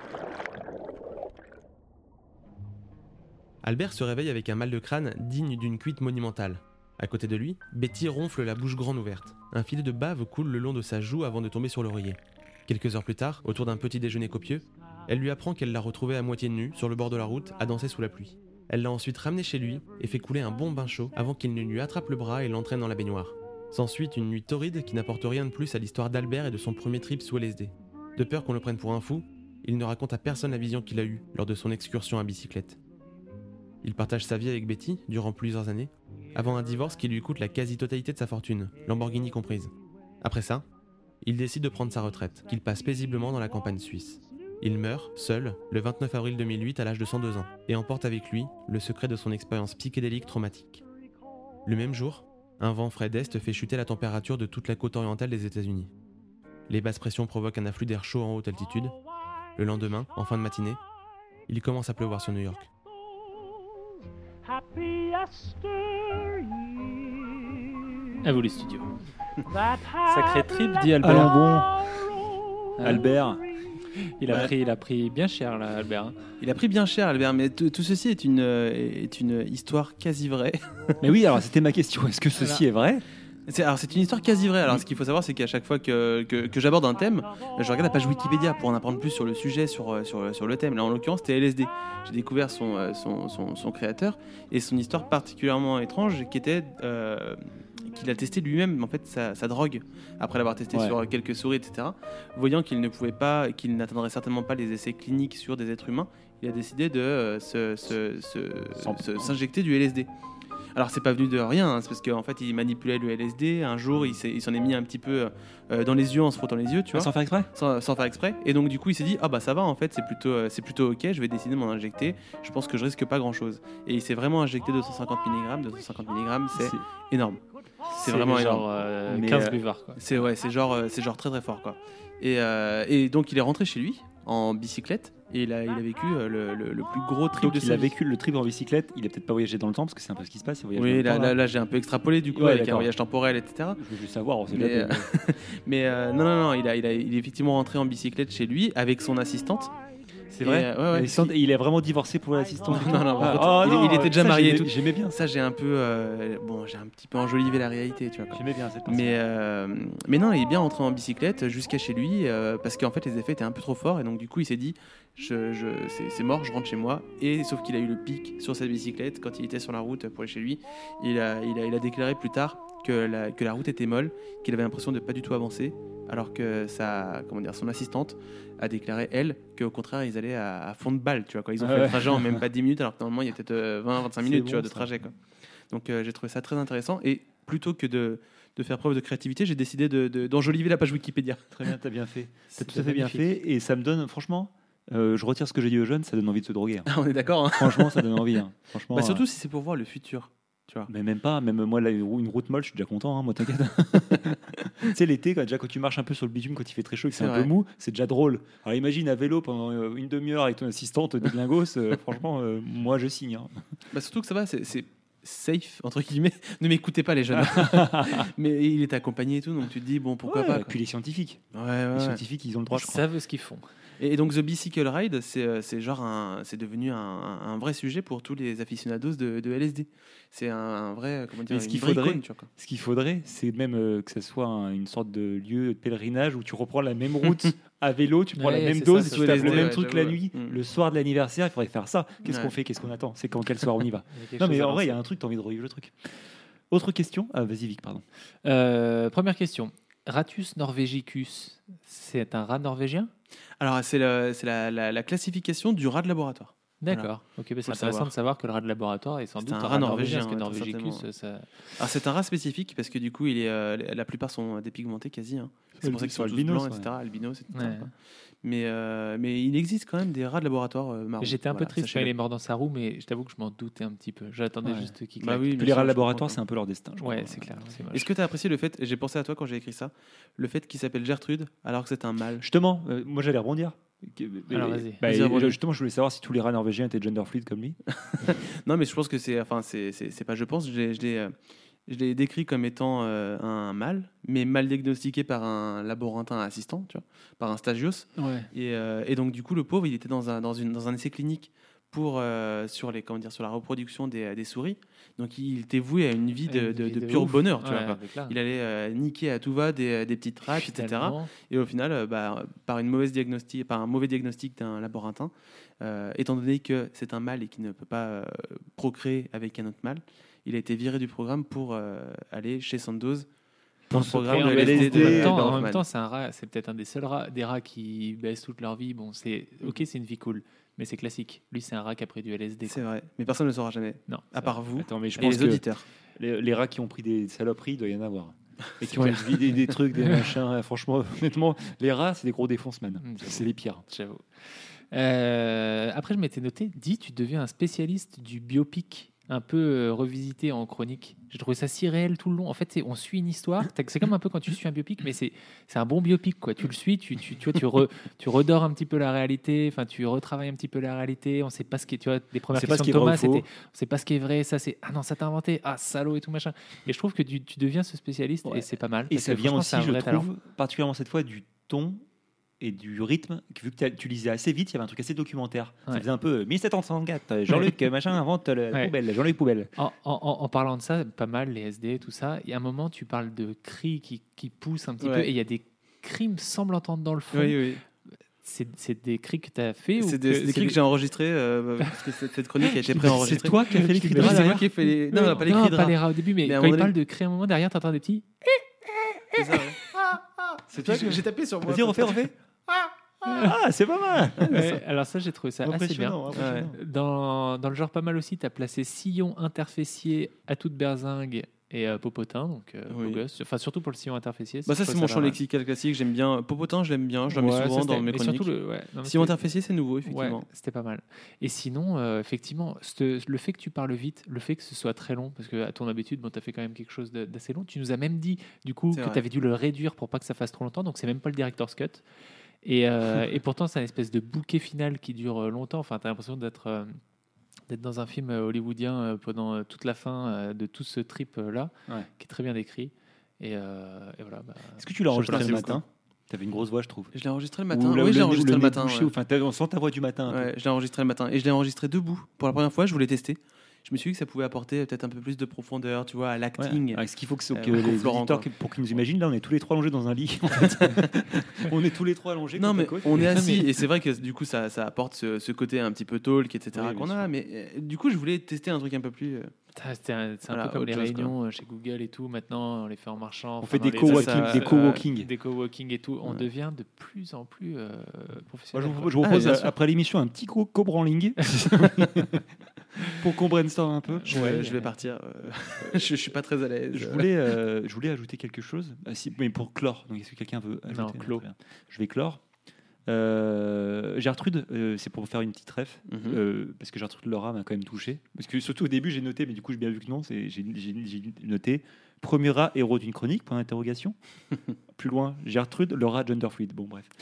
Albert se réveille avec un mal de crâne digne d'une cuite monumentale. À côté de lui, Betty ronfle la bouche grande ouverte. Un filet de bave coule le long de sa joue avant de tomber sur l'oreiller. Quelques heures plus tard, autour d'un petit déjeuner copieux, elle lui apprend qu'elle l'a retrouvé à moitié nu, sur le bord de la route, à danser sous la pluie. Elle l'a ensuite ramené chez lui et fait couler un bon bain chaud avant qu'il ne lui attrape le bras et l'entraîne dans la baignoire. S'ensuit une nuit torride qui n'apporte rien de plus à l'histoire d'Albert et de son premier trip sous LSD. De peur qu'on le prenne pour un fou, il ne raconte à personne la vision qu'il a eue lors de son excursion à bicyclette. Il partage sa vie avec Betty durant plusieurs années, avant un divorce qui lui coûte la quasi-totalité de sa fortune, Lamborghini comprise. Après ça, il décide de prendre sa retraite, qu'il passe paisiblement dans la campagne suisse. Il meurt, seul, le 29 avril 2008 à l'âge de 102 ans, et emporte avec lui le secret de son expérience psychédélique traumatique. Le même jour, un vent frais d'Est fait chuter la température de toute la côte orientale des États-Unis. Les basses pressions provoquent un afflux d'air chaud en haute altitude. Le lendemain, en fin de matinée, il commence à pleuvoir sur New York. Happy yesteryear, À vous les studios. Sacré trip, dit Albert. Allons bon. Albert. Il a pris bien cher, là, Albert. hein. Il a pris bien cher, Albert, mais tout ceci est une histoire quasi vraie. Mais oui, alors c'était ma question. Est-ce que ceci est vrai? C'est une histoire quasi vraie. Alors, ce qu'il faut savoir, c'est qu'à chaque fois que j'aborde un thème, je regarde la page Wikipédia pour en apprendre plus sur le sujet, sur le thème. Là, en l'occurrence, c'était LSD. J'ai découvert son créateur et son histoire particulièrement étrange, qui était qu'il a testé lui-même, en fait, sa drogue, après l'avoir testé sur quelques souris, etc. Voyant qu'il n'atteindrait certainement pas les essais cliniques sur des êtres humains, il a décidé de s'injecter du LSD. Alors c'est pas venu de rien, hein, c'est parce qu'en fait il manipulait le LSD. Un jour il s'en est mis un petit peu dans les yeux en se frottant les yeux, tu vois, Sans faire exprès? sans faire exprès. Et donc du coup il s'est dit ah bah ça va en fait, c'est plutôt ok, je vais décider de m'en injecter. Je pense que je risque pas grand chose. Et il s'est vraiment injecté 250 mg. 250 mg c'est énorme. C'est vraiment énorme. Genre 15 buvards, quoi. C'est genre très très fort quoi. Et donc il est rentré chez lui en bicyclette et il a vécu le plus gros trip Donc de il sa a vie. vécu le trip en bicyclette. Il a peut-être pas voyagé dans le temps parce que c'est un peu ce qui se passe. Il voyage Oui, dans le temps, là j'ai un peu extrapolé du coup Ouais, avec un d'accord. voyage temporel, etc. Je veux juste savoir. On sait Mais, jamais. non, il est effectivement rentré en bicyclette chez lui avec son assistante. C'est vrai. Ouais. Il est vraiment divorcé pour l'assistante. Non, Ah, il était déjà ça, marié et j'aimais- tout. J'aimais bien. Ça, j'ai un petit peu enjolivé la réalité, tu vois. Quoi. J'aimais bien cette partie. Mais non, il est bien rentré en bicyclette jusqu'à chez lui parce qu'en fait les effets étaient un peu trop forts et donc du coup il s'est dit c'est mort, je rentre chez moi. Et sauf qu'il a eu le pic sur sa bicyclette quand il était sur la route pour aller chez lui. Il a déclaré plus tard que la route était molle, qu'il avait l'impression de pas du tout avancer, alors que son assistante a déclaré elle qu'au contraire ils allaient à fond de balle, tu vois quoi. Ils ont fait le trajet en même pas 10 minutes alors que normalement il y a peut-être 20-25 minutes tu vois, de trajet quoi. Donc j'ai trouvé ça très intéressant et plutôt que de faire preuve de créativité, j'ai décidé d'enjoliver la page Wikipédia. Très bien, t'as bien fait. T'as C'est tout à fait bien magnifique. fait. Et ça me donne, franchement, je retire ce que j'ai dit aux jeunes, ça donne envie de se droguer. hein. On est d'accord hein. Franchement, ça donne envie. hein. Franchement, Bah, surtout si c'est pour voir le futur, tu vois. mais même pas, même moi, là, une route molle, je suis déjà content, hein, moi, t'inquiète. Tu sais, l'été, déjà quand tu marches un peu sur le bitume, quand il fait très chaud et que c'est C'est un peu vrai. mou, c'est déjà drôle. Alors imagine à vélo pendant une demi-heure avec ton assistante de glingos, franchement, moi je signe. hein. Bah, surtout que ça va, c'est safe entre guillemets. Ne m'écoutez pas les jeunes. Mais il est accompagné et tout, donc tu te dis bon pourquoi Ouais, pas. et Quoi. puis les scientifiques. Ouais. Les scientifiques, ils ont le droit, Ils je crois. savent ce qu'ils font. Et donc The Bicycle Ride, c'est devenu un vrai sujet pour tous les aficionados de LSD. C'est un vrai comment dire. Mais ce une qu'il vraie faudrait- icône, tu vois, quoi. Ce qu'il faudrait, c'est même que ce soit une sorte de lieu de pèlerinage où tu reprends la même route à vélo, tu prends la Ouais, même c'est dose ça, et c'est tu sous tapes LSD, le même ouais, truc la j'avoue, nuit. ouais. Le soir de l'anniversaire, il faudrait faire ça. Qu'est-ce Ouais. qu'on fait? Qu'est-ce qu'on attend? C'est quand quel soir on y va? Il y a quelque Non, chose mais à en vrai, il y a lancer. un truc, t'as envie de revivre le truc. Autre question? Ah, vas-y, Vic, pardon. Première question. Ratus norvegicus, c'est un rat norvégien? Alors c'est la classification du rat de laboratoire. D'accord. Ok, bah, Faut c'est le intéressant savoir. de savoir que le rat de laboratoire est sans C'est doute un un rat rat norvégien, norvégien, parce que ouais, très norvegicus, certainement. ça... Alors c'est un rat spécifique parce que du coup la plupart sont dépigmentés quasi. Hein. C'est pour ça qu'ils sont tous albinos, blancs, etc. Albinos, etc. Ouais. quoi. Mais il existe quand même des rats de laboratoire marrons. J'étais un peu Voilà, triste quand sachez-le. il est mort dans sa roue, mais je t'avoue que je m'en doutais un petit peu. J'attendais Ouais. juste qu'il Bah claque. oui, Puis bien les sûr, rats de je laboratoire, comprends. c'est un peu leur destin. je crois. Ouais, c'est clair. C'est moche. Est-ce que tu as apprécié le fait, j'ai pensé à toi quand j'ai écrit ça, le fait qu'il s'appelle Gertrude alors que c'est un mâle? Justement, moi j'allais rebondir. Alors, vas-y. Bah, Vas-y, rebondis. justement, je voulais savoir si tous les rats norvégiens étaient gender fluid comme lui. Non, mais je pense que c'est pas je pense, je l'ai décrit comme étant un mâle, mais mal diagnostiqué par un laborantin assistant, tu vois, par un stagios. Ouais. Et donc du coup, le pauvre, il était dans un essai clinique sur la reproduction des souris. Donc il était voué à une vie Une de vie de pur ouf. bonheur, tu Ouais, vois, quoi. avec là. Il allait niquer à tout va des petites rates, etc. Finalement, Et au final, par un mauvais diagnostic d'un laborantin, étant donné que c'est un mâle et qu'il ne peut pas procréer avec un autre mâle, il a été viré du programme pour aller chez Sandoz dans le programme Et de en LSD de même temps, Dr. en même Hoffman. temps, c'est un rat, c'est peut-être un des seuls rats, des rats qui baissent toute leur vie. Bon, c'est ok, c'est une vie cool, mais c'est classique. Lui, c'est un rat qui a pris du LSD. C'est vrai, mais personne ne le saura jamais, Non, à part vous Attends, mais je et pense les que auditeurs. les rats qui ont pris des saloperies, il doit y en avoir. Et qui ont vidé des trucs, des machins. Franchement, honnêtement, les rats, c'est des gros défonce-man. C'est les pires. J'avoue. Après, je m'étais noté, tu deviens un spécialiste du biopic un peu revisité en chronique. J'ai trouvé ça si réel tout le long. En fait, on suit une histoire. C'est comme un peu quand tu suis un biopic, mais c'est un bon biopic, quoi. Tu le suis, tu redors un petit peu la réalité. Enfin, tu retravailles un petit peu la réalité. On sait pas ce qui est, tu vois, les premières questions de Thomas, c'était, on sait pas ce qui est vrai. Ça, c'est ah non, ça t'a inventé. Ah salaud et tout machin. Et je trouve que tu deviens ce spécialiste et c'est pas mal. Et ça vient aussi, je trouve, talent. particulièrement cette fois, du ton et du rythme, vu que tu lisais assez vite, il y avait un truc assez documentaire. Ça faisait un peu 1764, Jean-Luc machin invente la poubelle, Jean-Luc Poubelle. En parlant de ça, pas mal, les SD, tout ça, il y a un moment, tu parles de cris qui poussent un petit peu, et il y a des cris, me semble entendre dans le fond. Oui. C'est des cris que tu as fait C'est des cris que j'ai enregistrés, parce que cette chronique a été préenregistrée. C'est toi qui as fait les cris de rat. C'est moi qui ai fait les... Non, pas les cris de rat. Pas les rats au début, mais quand il parle de cris à un moment, derrière, tu entends des petits... C'est ça, ouais. C'est toi que j'ai tapé sur moi. Vas-y, refais. Ah, c'est pas mal. Ouais, alors ça, j'ai trouvé ça assez bien. Impressionnant. Dans le genre pas mal aussi, tu as placé sillon interfessier à toute berzingue et popotin, donc beau gosse. Enfin, surtout pour le sillon interfessier. Ça, c'est mon champ lexical classique. J'aime bien. Popotin, je l'aime bien. Je le mets souvent dans mes chroniques. Sillon interfessier, c'est nouveau, effectivement. Ouais, c'était pas mal. Et sinon, effectivement, le fait que tu parles vite, le fait que ce soit très long, parce que à ton habitude, tu as fait quand même quelque chose d'assez long. Tu nous as même dit, du coup, que tu avais dû le réduire pour pas que ça fasse trop longtemps, donc c'est même pas le director's cut. Et pourtant, c'est une espèce de bouquet final qui dure longtemps. Enfin, tu as l'impression d'être dans un film hollywoodien pendant toute la fin de tout ce trip-là, qui est très bien décrit. Et voilà. Est-ce que tu l'as enregistré le matin ? Tu avais une grosse voix, je trouve. Je l'ai enregistré le matin. Oui, je l'ai enregistré le matin. Enfin, on sent ta voix du matin. Ouais, je l'ai enregistré le matin. Et je l'ai enregistré debout. Pour la première fois, je voulais tester. Je me suis dit que ça pouvait apporter peut-être un peu plus de profondeur, tu vois, à l'acting. Ouais. Ce qu'il faut que les auditeurs, pour qu'ils nous imaginent, là, on est tous les trois allongés dans un lit. En fait. On est tous les trois allongés. Non, mais on est assis. Et c'est vrai que du coup, ça apporte ce côté un petit peu talk, etc. qu'on a. Mais du coup, je voulais tester un truc un peu plus... C'est un peu comme les réunions chez Google et tout. Maintenant, on les fait en marchant. On fait des coworking. Des coworking et tout. On devient de plus en plus professionnel. Moi, je vous propose, après l'émission, un petit co-branling. Pour qu'on brainstorm un peu. Je vais partir. Je suis pas très à l'aise. Je voulais ajouter quelque chose, mais pour clore. Donc, est-ce que quelqu'un veut ajouter? Non, clos. Je vais clore. Gertrude, c'est pour faire une petite ref, parce que Gertrude Laura m'a quand même touché. Parce que surtout au début, j'ai noté, mais du coup, j'ai bien vu que non. J'ai noté premier rat héros d'une chronique, point d'interrogation. Plus loin, Gertrude Laura Genderfluid. Bon, bref.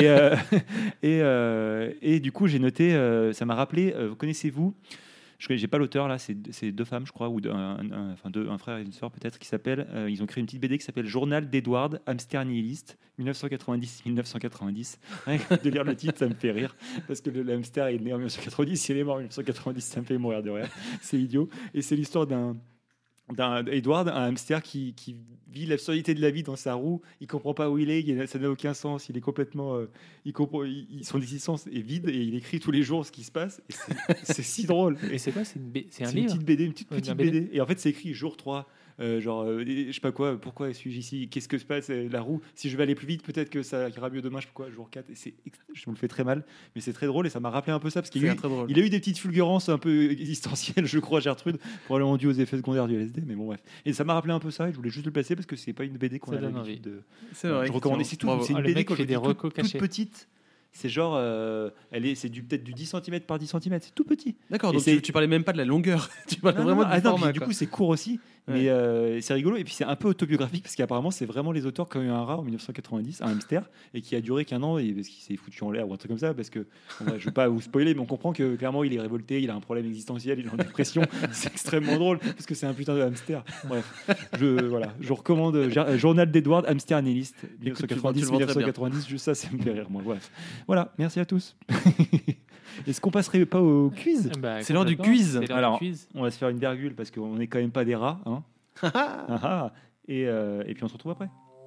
Et du coup, j'ai noté, ça m'a rappelé, connaissez-vous? Je n'ai pas l'auteur là, c'est deux femmes, je crois, ou un frère et une sœur peut-être, qui s'appellent. Ils ont créé une petite BD qui s'appelle Journal d'Edward, Hamster Nihiliste, 1990-1990. Rien que de lire le titre, ça me fait rire, parce que le hamster est né en 1990, il est mort en 1990, ça me fait mourir de rire. C'est idiot. Et c'est l'histoire d'un Edward, un hamster qui vit l'absurdité de la vie dans sa roue. Il comprend pas où il est, ça n'a aucun sens. Il est complètement, son existence est vide et il écrit tous les jours ce qui se passe. Et c'est si drôle. Et c'est quoi? C'est un livre? Une petite BD, une petite BD. Et en fait, c'est écrit jour 3. Je sais pas quoi, pourquoi suis-je ici, qu'est-ce que se passe, la roue, si je vais aller plus vite peut-être que ça ira mieux demain, je sais pas quoi, jour 4, et je me le fais très mal, mais c'est très drôle et ça m'a rappelé un peu ça, parce qu'il a eu des petites fulgurances un peu existentielles, je crois, Gertrude, probablement dû aux effets secondaires du LSD, mais bon bref, et ça m'a rappelé un peu ça et je voulais juste le placer parce que c'est pas une BD qu'on a l'habitude de... C'est vrai, je recommande, et c'est une BD qui fait des recos toute petite. C'est genre, c'est peut-être du 10 cm par 10 cm, c'est tout petit. D'accord, donc tu parlais même pas de la longueur, tu parlais vraiment du format. Du coup, c'est court aussi, mais c'est rigolo. Et puis, c'est un peu autobiographique parce qu'apparemment, c'est vraiment les auteurs qui ont eu un rat en 1990, un hamster, et qui a duré qu'un an, parce qu'il s'est foutu en l'air ou un truc comme ça. Parce que, je ne veux pas vous spoiler, mais on comprend que clairement, il est révolté, il a un problème existentiel, il est en dépression. C'est extrêmement drôle parce que c'est un putain de hamster. Bref, je recommande Journal d'Edward, Hamster Nihiliste, 1990-1990, juste ça me fait rire. Moi, bref. Voilà, merci à tous. Est-ce qu'on passerait pas au quiz? C'est l'heure du quiz. Alors, on va se faire une virgule parce qu'on n'est quand même pas des rats. Hein. Et puis on se retrouve après.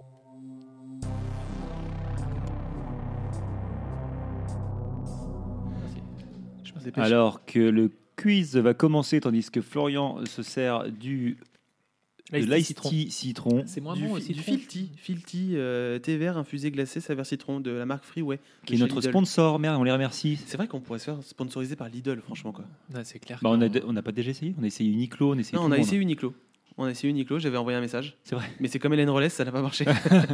Alors que le quiz va commencer tandis que Florian se sert de l'ice tea citron. C'est moins bon aussi. Du Filti, thé vert infusé glacé saveur citron de la marque Freeway. Qui est notre sponsor. Merde, on les remercie. C'est vrai qu'on pourrait se faire sponsoriser par Lidl, franchement. Quoi. Ouais, c'est clair. On n'a pas déjà essayé. On a essayé Uniqlo. On a essayé Uniqlo. On a essayé Uniqlo, j'avais envoyé un message. C'est vrai. Mais c'est comme Hélène Rollès, ça n'a pas marché.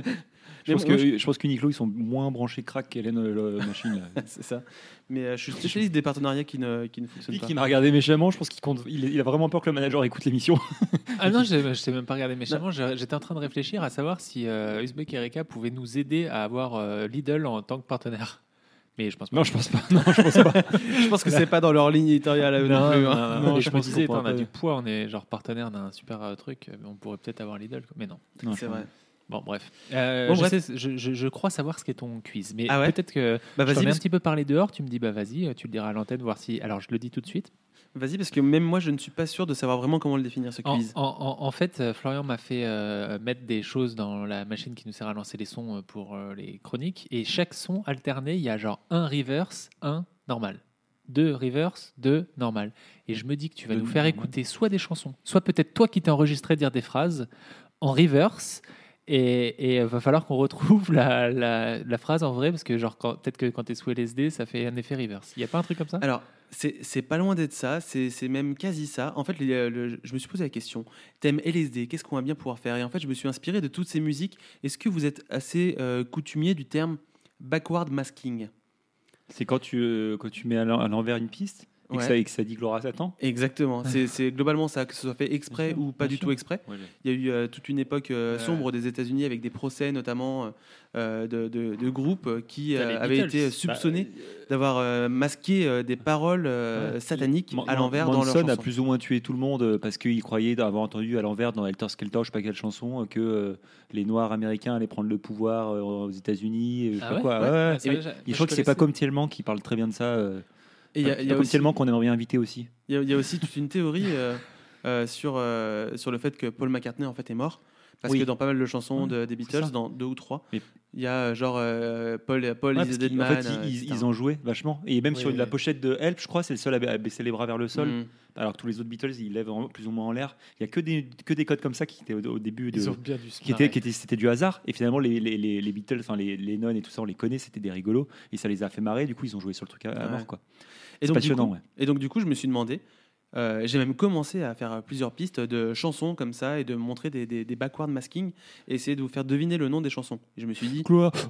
Je pense qu'Uniqlo, ils sont moins branchés crack qu'Hélène Machine. Là. C'est ça. Mais je suis spécialiste des partenariats qui ne fonctionnent Lui pas. qui m'a regardé méchamment, je pense il a vraiment peur que le manager écoute l'émission. Ah non, je t'ai même pas regardé méchamment. J'étais en train de réfléchir à savoir si Uzbek Erika pouvait nous aider à avoir Lidl en tant que partenaire. Mais je pense pas. Non, je pense pas. Non, je pense pas. Je pense que c'est pas dans leur ligne éditoriale non plus. hein. Non, Et je je me pense disais, qu'on attends, on a pourra du pas- poids, on est genre partenaire d'un super truc, mais on pourrait peut-être avoir Lidl. Mais non. Non, C'est vrai. Bon, bref. Bon, bref. Je crois savoir ce qu'est ton quiz. Mais Ah ouais peut-être que Bah je t'en vas-y, ai un parce... petit peu parlé dehors. Tu me dis, bah vas-y, tu le diras à l'antenne, voir si. Alors, je le dis tout de suite. vas-y, parce que même moi, je ne suis pas sûr de savoir vraiment comment le définir, ce quiz. En fait, Florian m'a fait mettre des choses dans la machine qui nous sert à lancer les sons pour les chroniques. Et chaque son alterné, il y a genre un reverse, un normal. 2 reverse, 2 normal. Et je me dis que tu vas nous faire écouter soit des chansons, soit peut-être toi qui t'es enregistré dire des phrases en reverse. Et va falloir qu'on retrouve la phrase en vrai, parce que genre peut-être que quand tu es sous LSD, ça fait un effet reverse. Il n'y a pas un truc comme ça? Alors, c'est pas loin d'être ça, c'est même quasi ça. En fait, je me suis posé la question, thème LSD, qu'est-ce qu'on va bien pouvoir faire? Et en fait, je me suis inspiré de toutes ces musiques. Est-ce que vous êtes assez coutumier du terme backward masking? C'est quand tu mets à l'envers une piste et Ouais. que ça dit gloire à Satan. Exactement, c'est globalement ça, que ce soit fait exprès Bien sûr, ou pas bien du sûr. tout exprès. Ouais, Il y a eu toute une époque sombre des États-Unis avec des procès notamment de groupes qui T'as les avaient Beatles. été soupçonnés d'avoir masqué des paroles sataniques à l'envers dans leur Manson a chanson. plus ou moins tué tout le monde parce qu'il croyait avoir entendu à l'envers dans Helter Skelter, je sais pas quelle chanson, que les Noirs américains allaient prendre le pouvoir aux États-Unis. Je sais Ah pas ouais quoi. Ouais. Ouais, ouais. Ah, ça, Et moi, je crois que c'est pas comme Tielman qui parle très bien de ça. Et il y a comme aussi- Tielman qu'on aimerait bien inviter aussi. il y a aussi toute une théorie sur le fait que Paul McCartney en fait est mort. Parce Oui. que dans pas mal de chansons Ouais, des c'est Beatles, ça. dans 2 ou 3, Mais- il y a genre Paul Ouais, is parce a dead qu'en man. fait, etc. ils ont joué vachement. Et même Oui, sur oui, la oui. pochette de Help, je crois, c'est le seul à baisser les bras vers le sol. Mm. Alors que tous les autres Beatles, ils lèvent plus ou moins en l'air. Il y a que des codes comme ça qui étaient au début de. Ils ont bien dû se C'était du hasard. Et finalement, les Beatles, enfin les Lennon et tout ça, on les connaît, c'était des rigolos. Et ça les a fait marrer. Du coup, ils ont joué sur le truc à Ouais. mort. Quoi. Et C'est donc, passionnant. du coup, Ouais. et donc, du coup, je me suis demandé, j'ai même commencé à faire plusieurs pistes de chansons comme ça et de montrer des backward masking et essayer de vous faire deviner le nom des chansons. Et je me suis dit,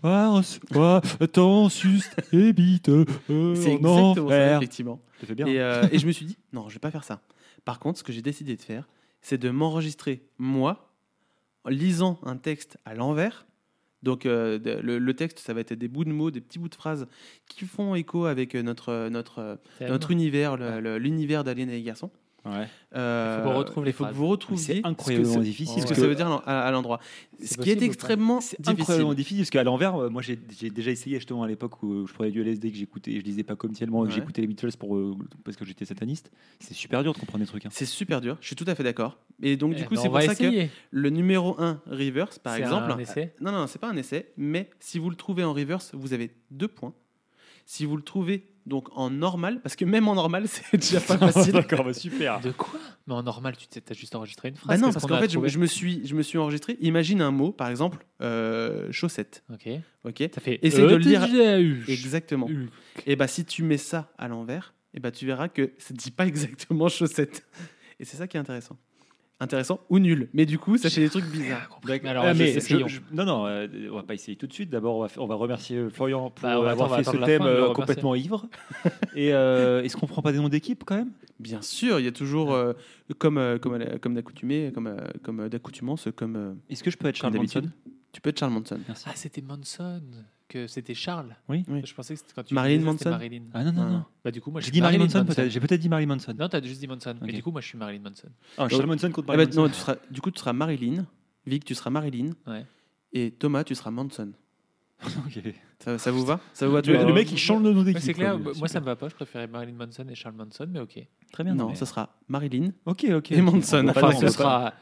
attends, suste et bite. c'est exactement ça, effectivement. Ça fait bien. Et je me suis dit, non, je vais pas faire ça. Par contre, ce que j'ai décidé de faire, c'est de m'enregistrer, moi, en lisant un texte à l'envers. Donc, le texte, ça va être des bouts de mots, des petits bouts de phrases qui font écho avec notre univers, l'univers d'Alien et les garçons. Ouais. Il faut qu'on retrouve les il faut que phrases. vous retrouviez C'est ce que incroyablement c'est- difficile. ce que parce ça veut dire à l'endroit. C'est Ce qui possible est ou pas extrêmement C'est difficile. incroyablement difficile parce qu'à l'envers, moi j'ai déjà essayé justement à l'époque où je prenais du LSD, que j'écoutais, je lisais pas comme tellement, que Ouais. j'écoutais les Beatles parce que j'étais sataniste. C'est super dur de comprendre des trucs. Hein. C'est super dur, je suis tout à fait d'accord. Et donc, du coup, c'est on pour va ça que essayer. le numéro 1 reverse, par C'est exemple. un essai Non, c'est pas un essai, mais si vous le trouvez en reverse, vous avez 2 points. Si vous le trouvez donc en normal, parce que même en normal, c'est déjà pas facile. D'accord, bah super. De quoi? Mais en normal, tu as juste enregistré une Bah phrase. non, qu'est-ce parce qu'on qu'en a fait, trouvé je me suis enregistré. Imagine un mot, par exemple, chaussette. Ok. Ok. Ça fait. Essaye de le lire. Exactement. Exactement. Et bah si tu mets ça à l'envers, et bah tu verras que ça dit pas exactement chaussette. Et c'est ça qui est intéressant. Intéressant ou nul. Mais du coup, ça fait des trucs bizarres. Mais alors, Ah, mais essayons. non, on va pas essayer tout de suite. D'abord, on va remercier Florian pour Bah, on va avoir attendre fait ce la thème fin de le remercier. complètement ivre. Et est-ce qu'on prend pas des noms d'équipe quand même? Bien sûr, il y a toujours, comme d'accoutumé, comme d'accoutumance, comme Est-ce que je peux être Charles d'habitude. Manson? Tu peux être Charles Manson. Merci. Ah, c'était Manson. Que c'était Charles. Oui. Oui. Je pensais que c'était quand tu Marilyn disais, c'était Manson. Marilyn. Ah non, non, non. Bah, du coup, moi, je J'ai suis dit Marilyn Marilyn Manson peut-être. J'ai peut-être dit Marilyn Manson. Non, t'as juste dit Manson. Ok. Et du coup, moi, je suis Marilyn Manson. Ah, Charles Manson contre Ah bah, Marilyn non, Manson. du coup, tu seras Marilyn. Vic, tu seras Marilyn. Ouais. Et Thomas, tu seras Manson. Ok. Ça vous va? Ça vous va tous les Le deux? mec il change le nom Ouais, d'équipe. c'est clair. quoi. Moi, ça me va pas. Je préférais Marilyn Manson et Charles Manson, mais ok. Très bien. Non, mais- ça sera Marilyn. Ok, ok. Et Manson. On va pas- Enfin, on ce va sera.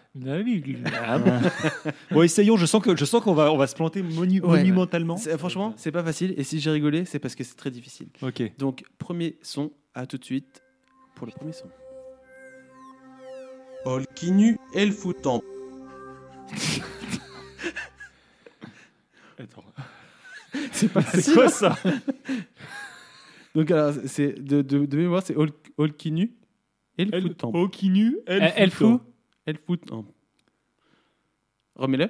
Bon, essayons. Je sens qu'on va se planter Ouais. monumentalement. Franchement, c'est pas facile. Et si j'ai rigolé, c'est parce que c'est très difficile. Ok. Donc, premier son, à tout de suite pour le premier son. Olkinu Elfoutan. Attends. C'est pas C'est quoi ça? Donc, alors, c'est de mémoire, c'est Olkinu Elfoutan. Okinu, Elle fou. Elfoutan. Remets-le.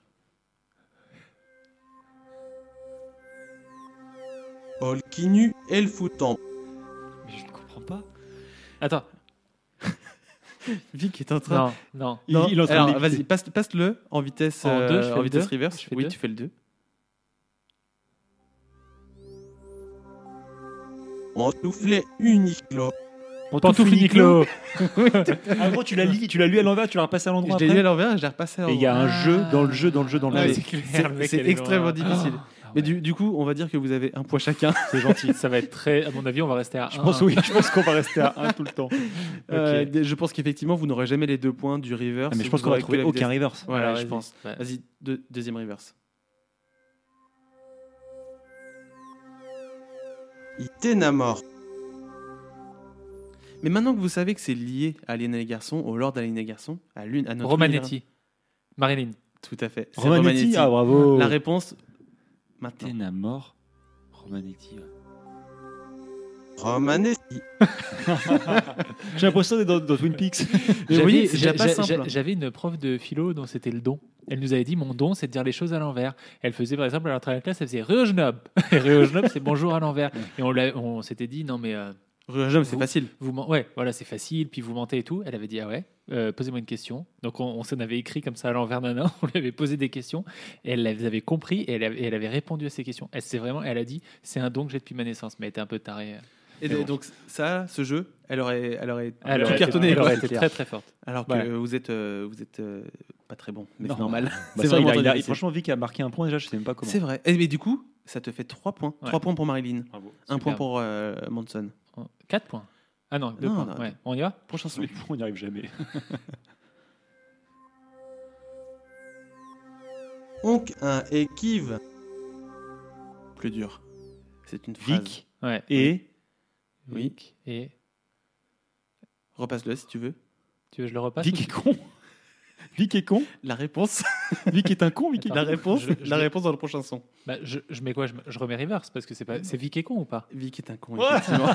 Olkinu Elfoutamp. Mais je ne comprends pas. Attends. Vic est en train. Non. Il est en train de Alors, l'écouter. vas-y, passe-le en vitesse, En deux, je fais en le vitesse deux. reverse. Je fais Oui, deux. tu fais le 2. Pantouflet Uniqlo. Pantoufle Uniqlo. Ah, gros, tu l'as lu à l'envers, tu l'as repassé à l'endroit Je l'ai lu à après. l'envers et je l'ai repassé à Et il y a l'endroit. un jeu dans le jeu dans le jeu dans le Ah, jeu. c'est clair, le mec, c'est elle est extrêmement loin. difficile. Mais du coup, on va dire que vous avez un point chacun. C'est gentil. Ça va être très. À mon avis, on va rester à 1. Je pense qu'on va rester à 1 tout le temps. Je pense qu'effectivement, vous n'aurez jamais les 2 points du reverse. Ah, mais je pense Vous qu'on va aurez que trouver la aucun vitesse. reverse. Voilà, Alors, je vas-y. pense. Ouais. Vas-y, deuxième reverse. Itenamor. Mais maintenant que vous savez que c'est lié à Alien et les garçons, au Lord Alien et les garçons, à notre univers- Romanetti. Marilyn. Tout à fait. C'est Romanetti, ah bravo. La réponse maintenant. Ténamor. Romanetti. Romanetti. J'ai l'impression d'être dans Twin Peaks. Mais oui, c'est déjà pas simple. J'avais une prof de philo dont c'était le don. Elle nous avait dit mon don, c'est de dire les choses à l'envers. Elle faisait par exemple à l'entrée de la classe, elle faisait Réojnob. Et Réojnob, c'est bonjour à l'envers. Et on s'était dit non mais Rue c'est facile. ouais, voilà, c'est facile, puis vous mentez et tout. Elle avait dit ah ouais, posez-moi une question. Donc on s'en avait écrit comme ça à l'envers nana, on lui avait posé des questions et elle les avait compris et elle avait répondu à ces questions. Elle a dit c'est un don que j'ai depuis ma naissance, mais elle était un peu tarée. Et Mais bon. donc ça, ce jeu, elle aurait Elle tout aurait cartonné. été, elle quoi. aurait été très très forte. Alors que Ouais. vous êtes pas très bon, mais Non. c'est normal. Bah C'est ça, vraiment il a- très difficile. franchement, Vic a marqué un point déjà, je sais même pas comment. C'est vrai. Et mais du coup, ça te fait 3 points. Ouais. 3 points pour Marilyn, Bravo. 1 point Superbe. pour Manson. 4 points. Ah non, 2 Non, points. non, Ouais. On y va. Prochain son. On n'y arrive jamais. Onk un Ekiv. Plus dur. C'est une phrase. Vic Ouais. et Oui. Vic et Repasse-le si tu veux. tu veux que je le repasse Vic ou- est con. Vic est con. La réponse. Vic est un con. Vic est Attends. La réponse. je- La réponse dans le prochain son. Bah, je mets quoi je remets reverse parce que c'est Vic est con ou pas? Vic est un con. Ouais. Effectivement.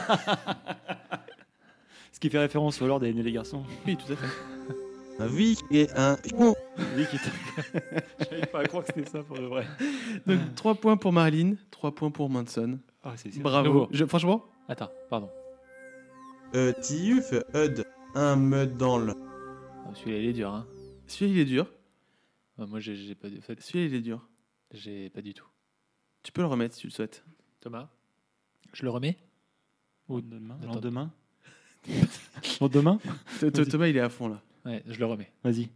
Ce qui fait référence au Lord des les garçons. Oui, tout à fait. Vic est un con. Vic est. J'arrive pas à croire que c'était ça pour de vrai. Donc 3 points pour Marilyn, 3 points pour Manson. Ah, c'est Bravo. Nouveau. Franchement, Attends, pardon. Tiuf Eud. Un Meudal. Oh, celui-là il est dur hein. celui-là il est dur. Moi j'ai pas en fait, Celui-là il est dur. j'ai pas du tout. Tu peux le remettre si tu le souhaites. Thomas, je le remets ou Lendemain. Attends. Lendemain. Lendemain. Thomas il est à fond là. Ouais, je le remets. Vas-y.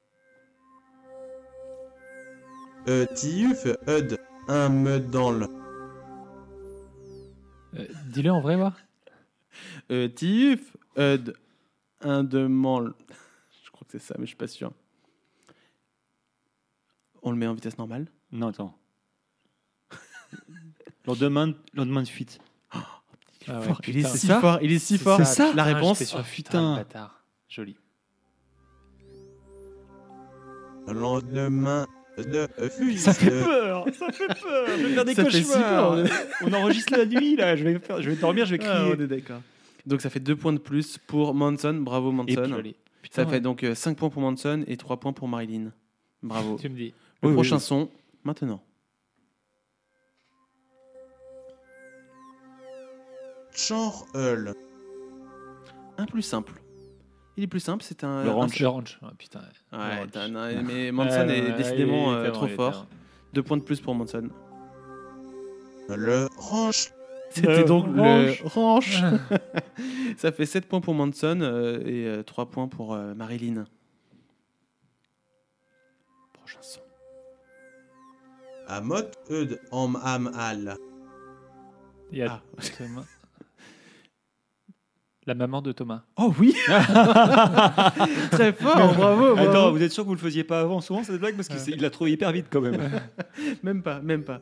Tiuf Eud. Un Meudal. Dis-le en vrai voir. Tiuf Eud. Un de Manl. Je crois que c'est ça, mais je suis pas sûr. On le met en vitesse normale. Non, attends. Lendemain de fuite. Ah ouais, Fort. Il est putain. si fort. Il est si fort. C'est ça La Ah, réponse. j'étais sûr, putain. le bâtard. Joli. Lendemain de fuite. Ça fait peur. Ça fait peur. Je vais faire des Ça fait si cauchemars. peur. On enregistre la nuit là. Je vais dormir. Je vais Ah, crier. on est d'accord. Donc ça fait 2 points de plus pour Manson. Bravo Manson. Joli. Ça Putain, fait donc 5 points pour Manson et 3 points pour Marilyn. Bravo. Tu me dis. Le Oui, prochain oui. son, maintenant. Chor-Eul. Un plus simple. Il est plus simple, c'est un... Le un- ranch. Le ranch. Oh, putain. Ouais, Le t'as ranch. un- mais Manson est décidément il était trop bon, il était fort. bon. 2 points de plus pour Manson. Le ranch. C'était donc ranch. le ranch. Ça fait 7 points pour Manson et 3 points pour Marilyn. Prochain son. Amot Eud. Am Am Al. Il y a Thomas. La maman de Thomas. Oh oui. Très fort, bravo, bravo. Attends, vous êtes sûr que vous le faisiez pas avant souvent cette blague parce qu'il l'a trouvé hyper vite quand même. Même pas, même pas.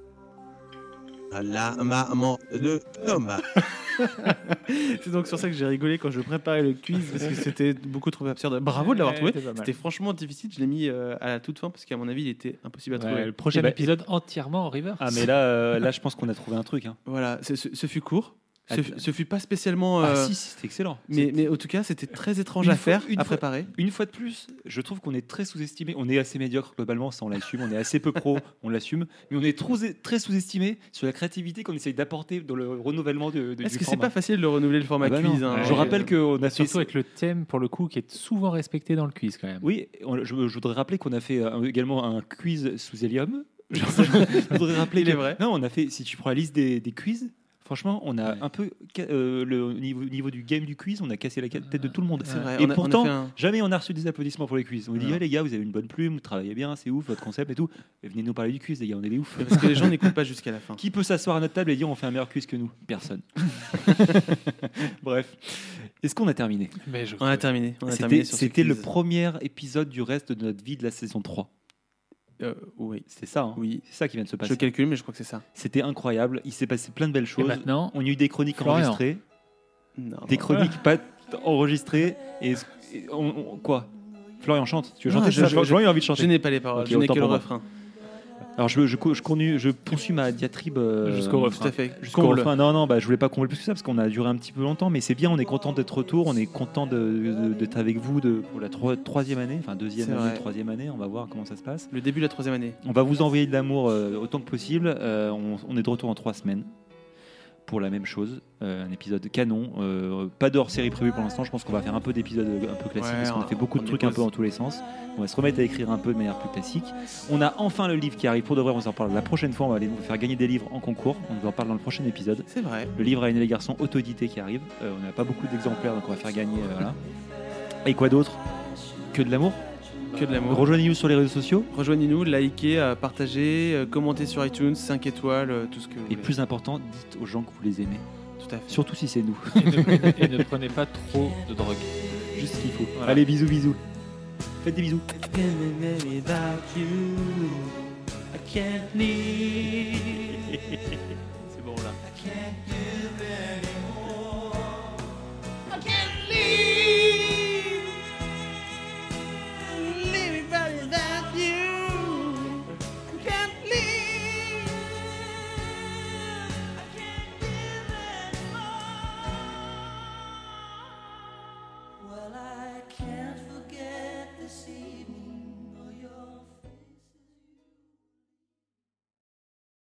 La maman de Thomas. C'est donc sur ça que j'ai rigolé quand je préparais le quiz parce que c'était beaucoup trop absurde. Bravo de l'avoir Ouais, trouvé. c'était pas mal. C'était franchement difficile. Je l'ai mis à la toute fin parce qu'à mon avis, il était impossible à Ouais, trouver. le prochain Eh ben, épisode entièrement en river. Ah mais là je pense qu'on a trouvé un truc. Hein. Voilà, ce fut court. Ce fut pas spécialement. Ah si, c'était excellent. Mais en tout cas, c'était très étrange Une à fois- faire, une à fois- préparer. Une fois de plus, je trouve qu'on est très sous-estimé. On est assez médiocre globalement, ça on l'assume. On est assez peu pro, on l'assume. Mais on est très sous-estimé sur la créativité qu'on essaye d'apporter dans le renouvellement Est-ce du que c'est format. pas facile de renouveler le format Ah bah non. quiz hein, Je rappelle qu'on a fait. Surtout avec le thème, pour le coup, qui est souvent respecté dans le quiz quand même. Oui, je voudrais rappeler qu'on a fait également un quiz sous hélium. Je voudrais rappeler Il est vrai. Non, on a fait. Si tu prends la liste des quiz. Franchement, on a un peu le niveau du game du quiz, on a cassé la tête de tout le monde. C'est vrai. Et on a pourtant, fait un- jamais on a reçu des applaudissements pour les quiz. On dit, Non. les gars, vous avez une bonne plume, vous travaillez bien, c'est ouf, votre concept et tout. Et venez nous parler du quiz, les gars, on est des ouf. Parce que les gens n'écoutent pas jusqu'à la fin. Qui peut s'asseoir à notre table et dire on fait un meilleur quiz que nous? Personne. Bref. Est-ce qu'on a terminé? Mais je On a terminé. sur ce C'était le quiz. premier épisode du reste de notre vie de la saison 3. Oui. C'est ça, hein. Oui. C'est ça qui vient de se Je passer. calcule, mais je crois que c'est ça. C'était incroyable. Il s'est passé plein de belles Et choses. maintenant, On a eu des chroniques Florian. enregistrées. Non. Des chroniques pas enregistrées. Quoi? Florian chante. Tu veux Non, chanter? je- Florian a envie de Je chanter. n'ai pas les paroles, Ok, je n'ai autant que le pour moi. refrain. Alors je poursuis ma diatribe Jusqu'au refrain. Tout à fait. jusqu'au Comble. refrain. Non, je voulais pas combler plus que ça parce qu'on a duré un petit peu longtemps, mais c'est bien. On est content d'être retour. On est content d'être avec vous pour la troisième année, enfin deuxième C'est année, vrai. troisième année. On va voir comment ça se passe. Le début de la 3e année. On va vous envoyer de l'amour autant que possible. On est de retour en 3 semaines pour la même chose, un épisode canon. Pas de hors-série prévu pour l'instant. Je pense qu'on va faire un peu d'épisodes un peu classiques Ouais, parce qu'on a fait beaucoup de on trucs y un peu pose. dans tous les sens. On va se remettre à écrire un peu de manière plus classique. On a enfin le livre qui arrive pour de vrai. On s'en parle la prochaine fois. On va aller vous faire gagner des livres en concours. On vous en parle dans le prochain épisode. C'est vrai. Le livre à une et les garçons auto-édité qui arrive. On n'a pas beaucoup d'exemplaires donc on va faire gagner. Voilà. Et quoi d'autre que de l'amour. Que de l'amour. Rejoignez-nous sur les réseaux sociaux. Rejoignez-nous, likez, partagez, commentez sur iTunes, 5 étoiles, tout ce que vous Et voulez. plus important, dites aux gens que vous les aimez. Tout à fait. Surtout si c'est nous. et ne prenez pas trop de drogue. Juste ce qu'il faut. Voilà. Allez, bisous. Faites des bisous. Without you, I can't live.